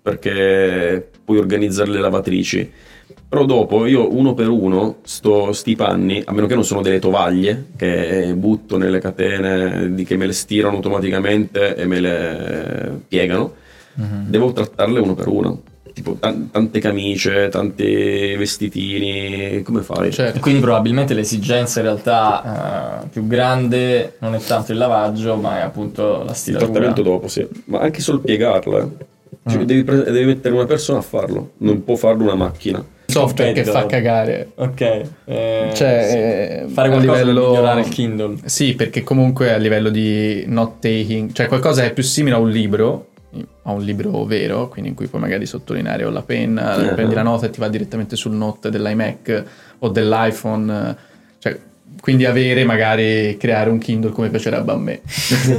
perché puoi organizzare le lavatrici, però dopo io uno per uno sto, sti panni, a meno che non sono delle tovaglie che butto nelle catene di che me le stirano automaticamente e me le piegano, mm-hmm. devo trattarle uno per uno. Tipo t- tante camicie, tanti vestitini, come fai? Certo. Quindi probabilmente l'esigenza in realtà uh, più grande non è tanto il lavaggio, ma è appunto la stiratura. Il trattamento dopo, sì. Ma anche solo piegarla, eh. Cioè, mm. devi, pre- devi mettere una persona a farlo, non può farlo una macchina. Software che fa cagare. Ok. Eh, cioè sì. Fare qualcosa livello... per migliorare il Kindle. Sì, perché comunque a livello di note taking, cioè qualcosa che è più simile a un libro, a un libro vero, quindi in cui puoi magari sottolineare o la penna, yeah. prendi la nota e ti va direttamente sul note dell'iMac o dell'iPhone, cioè quindi avere magari creare un Kindle come piacerebbe a me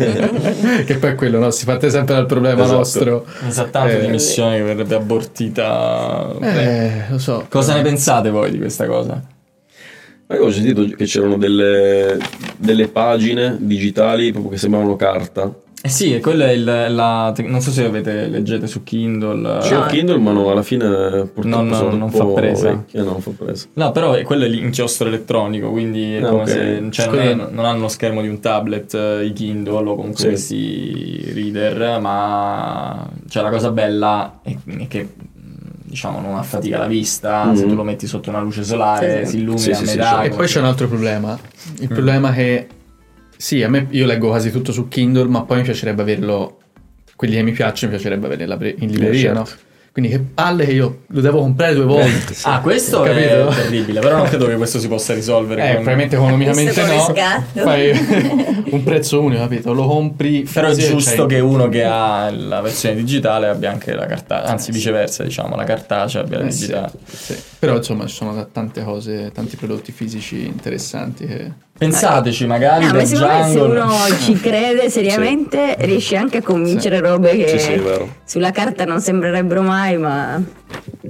che poi è quello, no? Si parte sempre dal problema esatto. nostro, mi sa tanto eh, di missione che verrebbe abortita. Eh, lo so. Cosa ne pensate voi di questa cosa? Ma io ho sentito che c'erano delle, delle pagine digitali proprio che sembravano carta. Eh sì, e quello è il, la, non so se avete leggete su Kindle. C'è no, un Kindle, ma no, alla fine purtroppo non, non, non fa presa. Vecchia, no, non fa presa. No, però quello è l'inchiostro elettronico, quindi è no, come okay. se cioè, non, è, non hanno lo schermo di un tablet i Kindle o comunque sì. questi reader, ma cioè la cosa bella è, è che diciamo non affatica la vista, mm-hmm. se tu lo metti sotto una luce solare sì, si illumina sì, a sì, metà. Sì, e poi c'è un altro problema. Il mm. problema è che sì, a me io leggo quasi tutto su Kindle, ma poi mi piacerebbe averlo, quelli che mi piacciono mi piacerebbe averli in libreria, no? Quindi che palle che io lo devo comprare due volte. Sì. Ah, questo capito? È terribile, però non credo che questo si possa risolvere. Eh, con... probabilmente economicamente no. Fai un prezzo unico, capito? Lo compri. Però è giusto cioè... che uno che ha la versione digitale abbia anche la cartacea, anzi viceversa, diciamo, la cartacea abbia la eh, digitale. Sì, sì. Però insomma ci sono tante cose, tanti prodotti fisici interessanti che... Pensateci magari no, del se Django. uno ci crede seriamente sì. riesce anche a convincere sì. robe che sì, sì, sulla carta non sembrerebbero mai, ma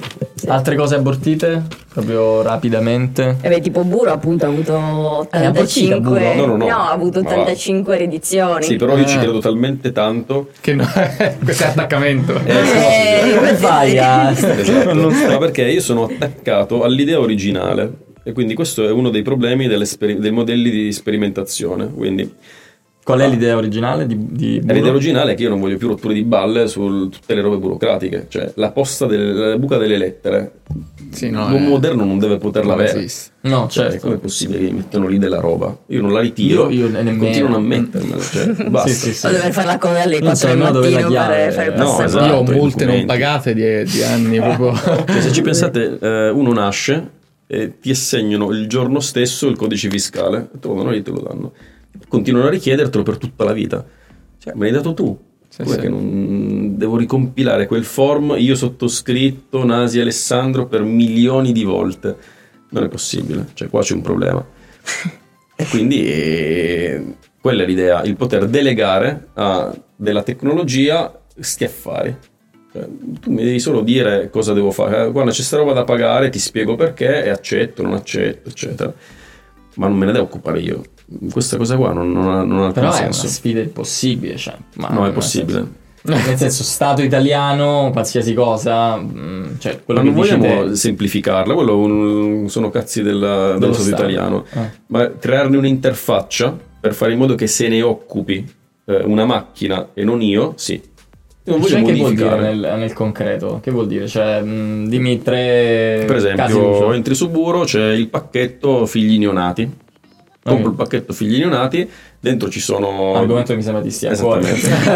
sì. Altre cose abortite? Proprio rapidamente. Eh beh, tipo Buro appunto ha avuto ottantacinque, Buro? No, no, no. ha avuto Ma ottantacinque edizioni. Sì, però io ci Eh. credo talmente tanto. Che no, questo è attaccamento. Eh, Come fai a... Esatto. Non stai- Ma perché io sono attaccato all'idea originale e quindi questo è uno dei problemi delle speri- dei modelli di sperimentazione. Quindi Qual è l'idea originale di, di Buro? l'idea originale è che io non voglio più rotture di balle su tutte le robe burocratiche, cioè la posta del, la buca delle lettere. Sì, no, L'uomo eh, moderno non deve poterla non avere. esiste. No, Cioè, certo. com'è possibile che mettono lì della roba? Io non la ritiro, Io- io nemmeno. continuano a mettermela, cioè, basta. Sì, sì, sì. O dover fare la coda alle Non quattro so del nemmeno dove mattino la chiave, per fare il no, passaporto. esatto. Io ho i multe non documenti. pagate di, di anni proprio. Cioè, se ci pensate, eh, uno nasce e ti assegnano il giorno stesso il codice fiscale, te lo danno lì, te lo danno. Continuano a richiedertelo per tutta la vita. Cioè, me l'hai dato tu. Sì, Com'è sì. che non devo ricompilare quel form, io sottoscritto Nasi Alessandro per milioni di volte? Non è possibile, cioè qua c'è un problema. E quindi eh, quella è l'idea, il poter delegare a della tecnologia sti affari. Cioè, tu mi devi solo dire cosa devo fare. Eh, Guarda, c'è sta roba da pagare, ti spiego perché e accetto, non accetto, eccetera. Ma non me ne devo occupare io. Questa cosa qua non, non ha, non ha alcun Però è una senso. sfida impossibile, cioè. Ma No, è nel possibile. senso- Nel senso, Stato italiano, qualsiasi cosa, mh, cioè quello Ma non che dici vogliamo te- semplificarla, quello è un- sono cazzi della- dello, dello Stato Stato. italiano. Eh. Ma crearne un'interfaccia per fare in modo che se ne occupi eh, una macchina e non io, sì. Io non voglio Cioè, che vuol dire modificare. nel, nel concreto? Che vuol dire? Cioè, mh, dimmi tre Per casi esempio, d'uso. entri su Buro, c'è il pacchetto figli neonati. Compro Ok. il pacchetto figli neonati, dentro ci sono... Argomento che mi sembra di stia a cuore.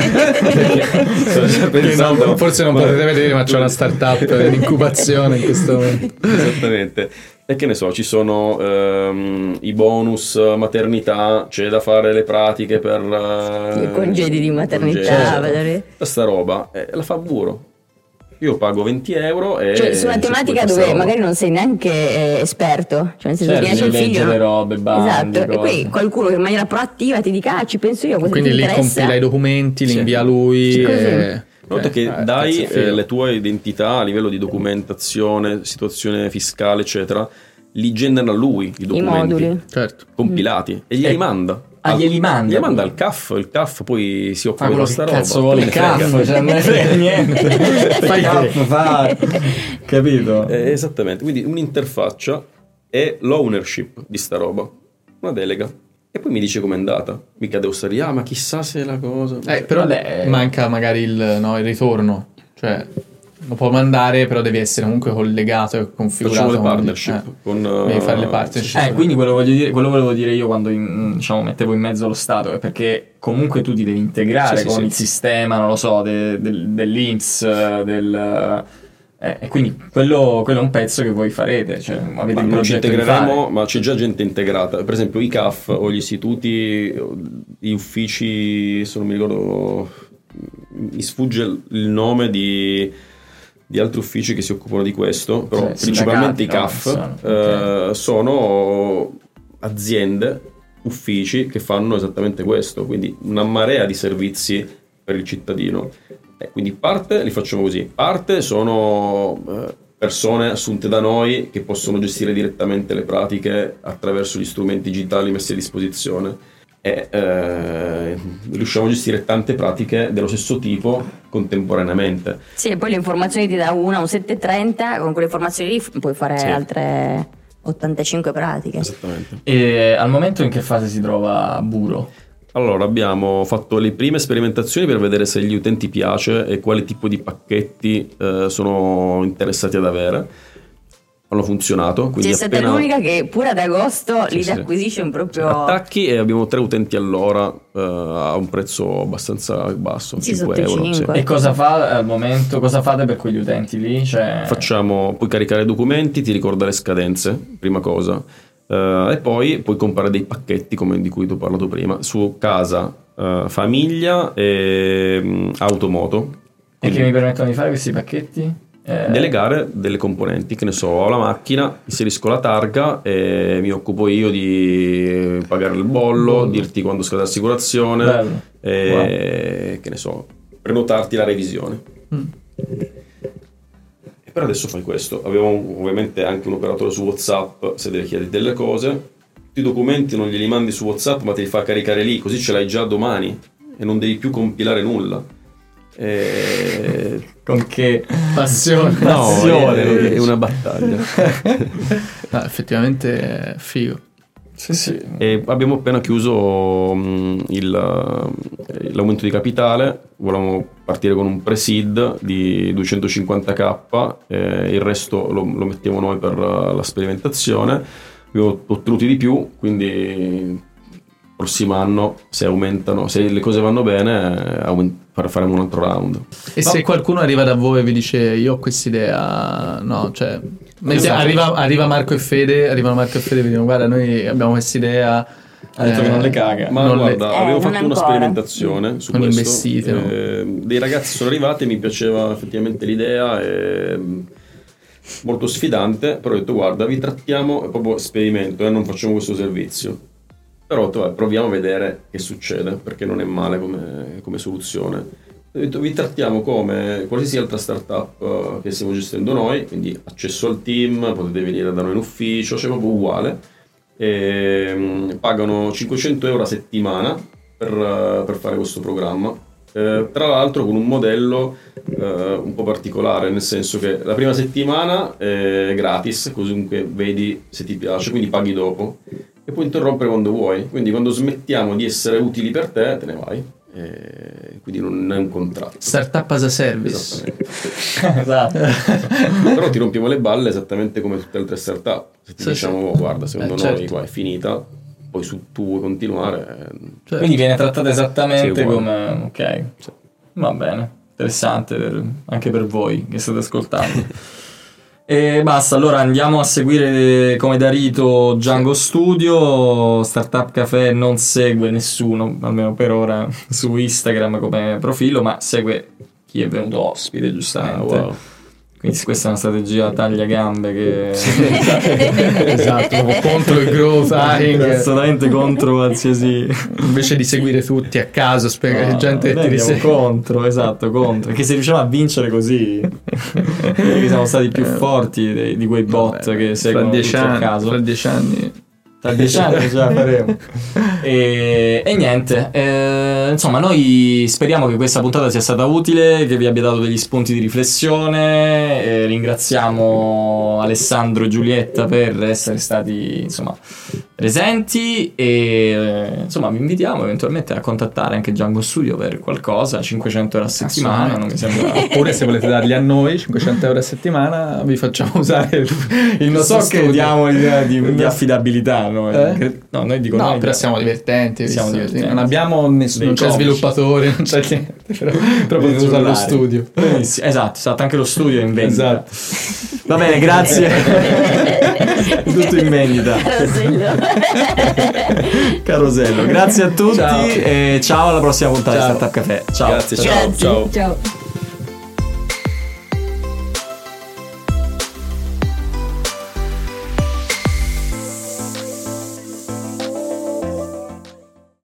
Sto Che pensando- no, forse non potete vedere, ma c'è una startup in incubazione in questo momento. Esattamente. E che ne so, ci sono ehm, i bonus maternità, c'è da fare le pratiche per... eh, I congedi di maternità, congedi. vedere. Sta roba eh, la fa Buro. Io pago venti euro e... Cioè, su una c'è tematica questa dove roba. magari non sei neanche eh, esperto, cioè nel senso Certo, che nasce il devi figlio, leggere no? robe, bandi, esatto, e cose. poi qualcuno che in maniera proattiva ti dica ah ci penso io, questo Quindi ti lì interessa. compila i documenti, li Sì. invia a lui. Sì. e... Noto eh, che eh, dai cazzo, figo. eh, le tue identità a livello di documentazione, situazione fiscale, eccetera, li genera lui i documenti moduli. Certo. compilati e glieli Eh, manda. ah, Al- glieli manda? Glieli manda al C A F, il C A F poi si Ma occupa di quello questa che roba. cazzo vuole il Me ne frega. caffè? Cioè, non me ne frega niente. Fai caffè, fa... Capito? Eh, esattamente, quindi un'interfaccia e l'ownership di sta roba, una delega. E poi mi dice com'è andata. Mica devo stare lì, ah ma chissà se è la cosa... Eh, però Vabbè. manca magari il, no, il ritorno. Cioè, lo può mandare, però devi essere comunque collegato e configurato. Facciamo le con- partnership eh. con... Devi uh, fare le partnership. Eh, quindi quello voglio dire, quello volevo dire io quando in- diciamo, mettevo in mezzo lo Stato, è perché comunque tu ti devi integrare Sì, sì, con sì. il sistema, non lo so, de- del- dell'I N P S, del... eh, e quindi quello, quello è un pezzo che voi farete, cioè avete Ma il non ci progetto di integreremo, fare. ma c'è già gente integrata. Per esempio i C A F o gli istituti, gli uffici, se non mi ricordo, mi sfugge il nome di, di altri uffici che si occupano di questo, però Sì, principalmente i C A sindacati, F no? eh, Ok. sono aziende, uffici che fanno esattamente questo, quindi una marea di servizi per il cittadino. Eh, quindi parte li facciamo così, parte sono eh, persone assunte da noi che possono gestire direttamente le pratiche attraverso gli strumenti digitali messi a disposizione e eh, riusciamo a gestire tante pratiche dello stesso tipo contemporaneamente. Sì, e poi le informazioni ti dà una, un settecentotrenta, con quelle informazioni lì f- puoi fare Sì. altre ottantacinque pratiche. Esattamente. E al momento in che fase si trova Buro? Allora, abbiamo fatto le prime sperimentazioni per vedere se agli utenti piace e quale tipo di pacchetti eh, sono interessati ad avere. Hanno funzionato, quindi C'è stata appena l'unica che pure ad agosto Sì, lead sì. acquisition proprio attacchi e abbiamo tre utenti all'ora eh, a un prezzo abbastanza basso, Sì, cinque sotto i euro. sì. cinque. E cosa fa al momento? Cosa fate per quegli utenti lì? Cioè... Facciamo, puoi caricare documenti, ti ricorda le scadenze, prima cosa, eh, e poi puoi comprare dei pacchetti come di cui ti ho parlato prima, su casa, eh, famiglia e mh, automoto. E che mi permettono di fare questi pacchetti? Eh, Delegare delle componenti, che ne so, ho la macchina, inserisco la targa e mi occupo io di pagare il bollo, dirti quando scade l'assicurazione Bello. e che ne so, prenotarti la revisione. Mm. per adesso fai questo. Avevamo ovviamente anche un operatore su WhatsApp se devi chiedere delle cose, tutti i documenti non glieli mandi su WhatsApp ma te li fa caricare lì, così ce l'hai già domani e non devi più compilare nulla. E... con che passione, no, passione è, è una battaglia. No, effettivamente è figo. Sì, sì. E abbiamo appena chiuso mh, il, l'aumento di capitale, volevamo partire con un pre-seed di duecentocinquanta k, e il resto lo, lo mettiamo noi per la sperimentazione. Abbiamo ottenuti di più, quindi prossimo anno, se aumentano, se le cose vanno bene, aument- faremo un altro round. E se qualcuno arriva da voi e vi dice io ho quest'idea, no, cioè Esatto. arriva, arriva Marco e Fede, arrivano Marco e Fede e vi dicono guarda noi abbiamo quest'idea, ha detto eh, che non le caga. Ma non guarda, le- avevo eh, fatto non una ancora. sperimentazione su Non questo. investite, no? Eh, dei ragazzi sono arrivati e mi piaceva effettivamente l'idea, e, molto sfidante, però ho detto guarda, vi trattiamo, è proprio esperimento, eh, non facciamo questo servizio. Però ho detto, vabbè, proviamo a vedere che succede, perché non è male come, come soluzione. Ho detto, vi trattiamo come qualsiasi altra startup uh, che stiamo gestendo noi, quindi accesso al team, potete venire da noi in ufficio, c'è proprio uguale. E, um, pagano cinquecento euro a settimana per, uh, per fare questo programma. Eh, tra l'altro con un modello uh, un po' particolare, nel senso che la prima settimana è gratis, così comunque vedi se ti piace, quindi paghi dopo. E puoi interrompere quando vuoi, quindi quando smettiamo di essere utili per te te ne vai, e quindi non è un contratto. startup as a service. Esatto. Però ti rompiamo le balle esattamente come tutte le altre startup. Se ti Sì, diciamo guarda, secondo Eh, noi certo. qua è finita, poi su, tu vuoi continuare, Cioè, Quindi viene trattata esattamente Sì, uguale. come... ok, va bene, interessante per- anche per voi che state ascoltando. E basta, allora andiamo a seguire come da rito Django Studio. Startup Café non segue nessuno, almeno per ora, su Instagram come profilo, ma segue chi è venuto ospite, giustamente. Ah, wow. Quindi questa è una strategia tagliagambe che esatto, proprio contro il growth hacking, assolutamente contro qualsiasi... invece di seguire tutti a caso, spiega che No, gente noi ti andiamo risegue. contro, esatto, contro. Perché se riusciamo a vincere così, perché siamo stati più forti di, di quei bot Vabbè, che fra seguono dieci tutti a anni, caso. fra dieci anni Tra dieci anni ce la faremo. E, e niente, eh, insomma, noi speriamo che questa puntata sia stata utile, che vi abbia dato degli spunti di riflessione. Eh, ringraziamo Alessandro e Giulietta per essere stati, insomma, presenti, e eh, insomma vi invitiamo eventualmente a contattare anche Django Studio per qualcosa. Cinquecento euro a settimana non mi sembra. oppure se volete darli a noi cinquecento euro a settimana vi facciamo usare il, il Non nostro so che studio. diamo l'idea di, di affidabilità noi. Eh? Cre- no, noi dico No, noi, però siamo divertenti, Siamo visto? divertenti. Non abbiamo nessuno, non Dei c'è comici. sviluppatore, non c'è niente, però, però potete usare lo studio. Benissimo, esatto, esatto, anche lo studio è in vendita. Esatto. Va bene, grazie. Tutto in vendita. Carosello. Carosello. Grazie a tutti Ciao. e ciao alla prossima puntata Ciao. di Startup Café. Ciao. Grazie, ciao, Grazie, ciao. ciao.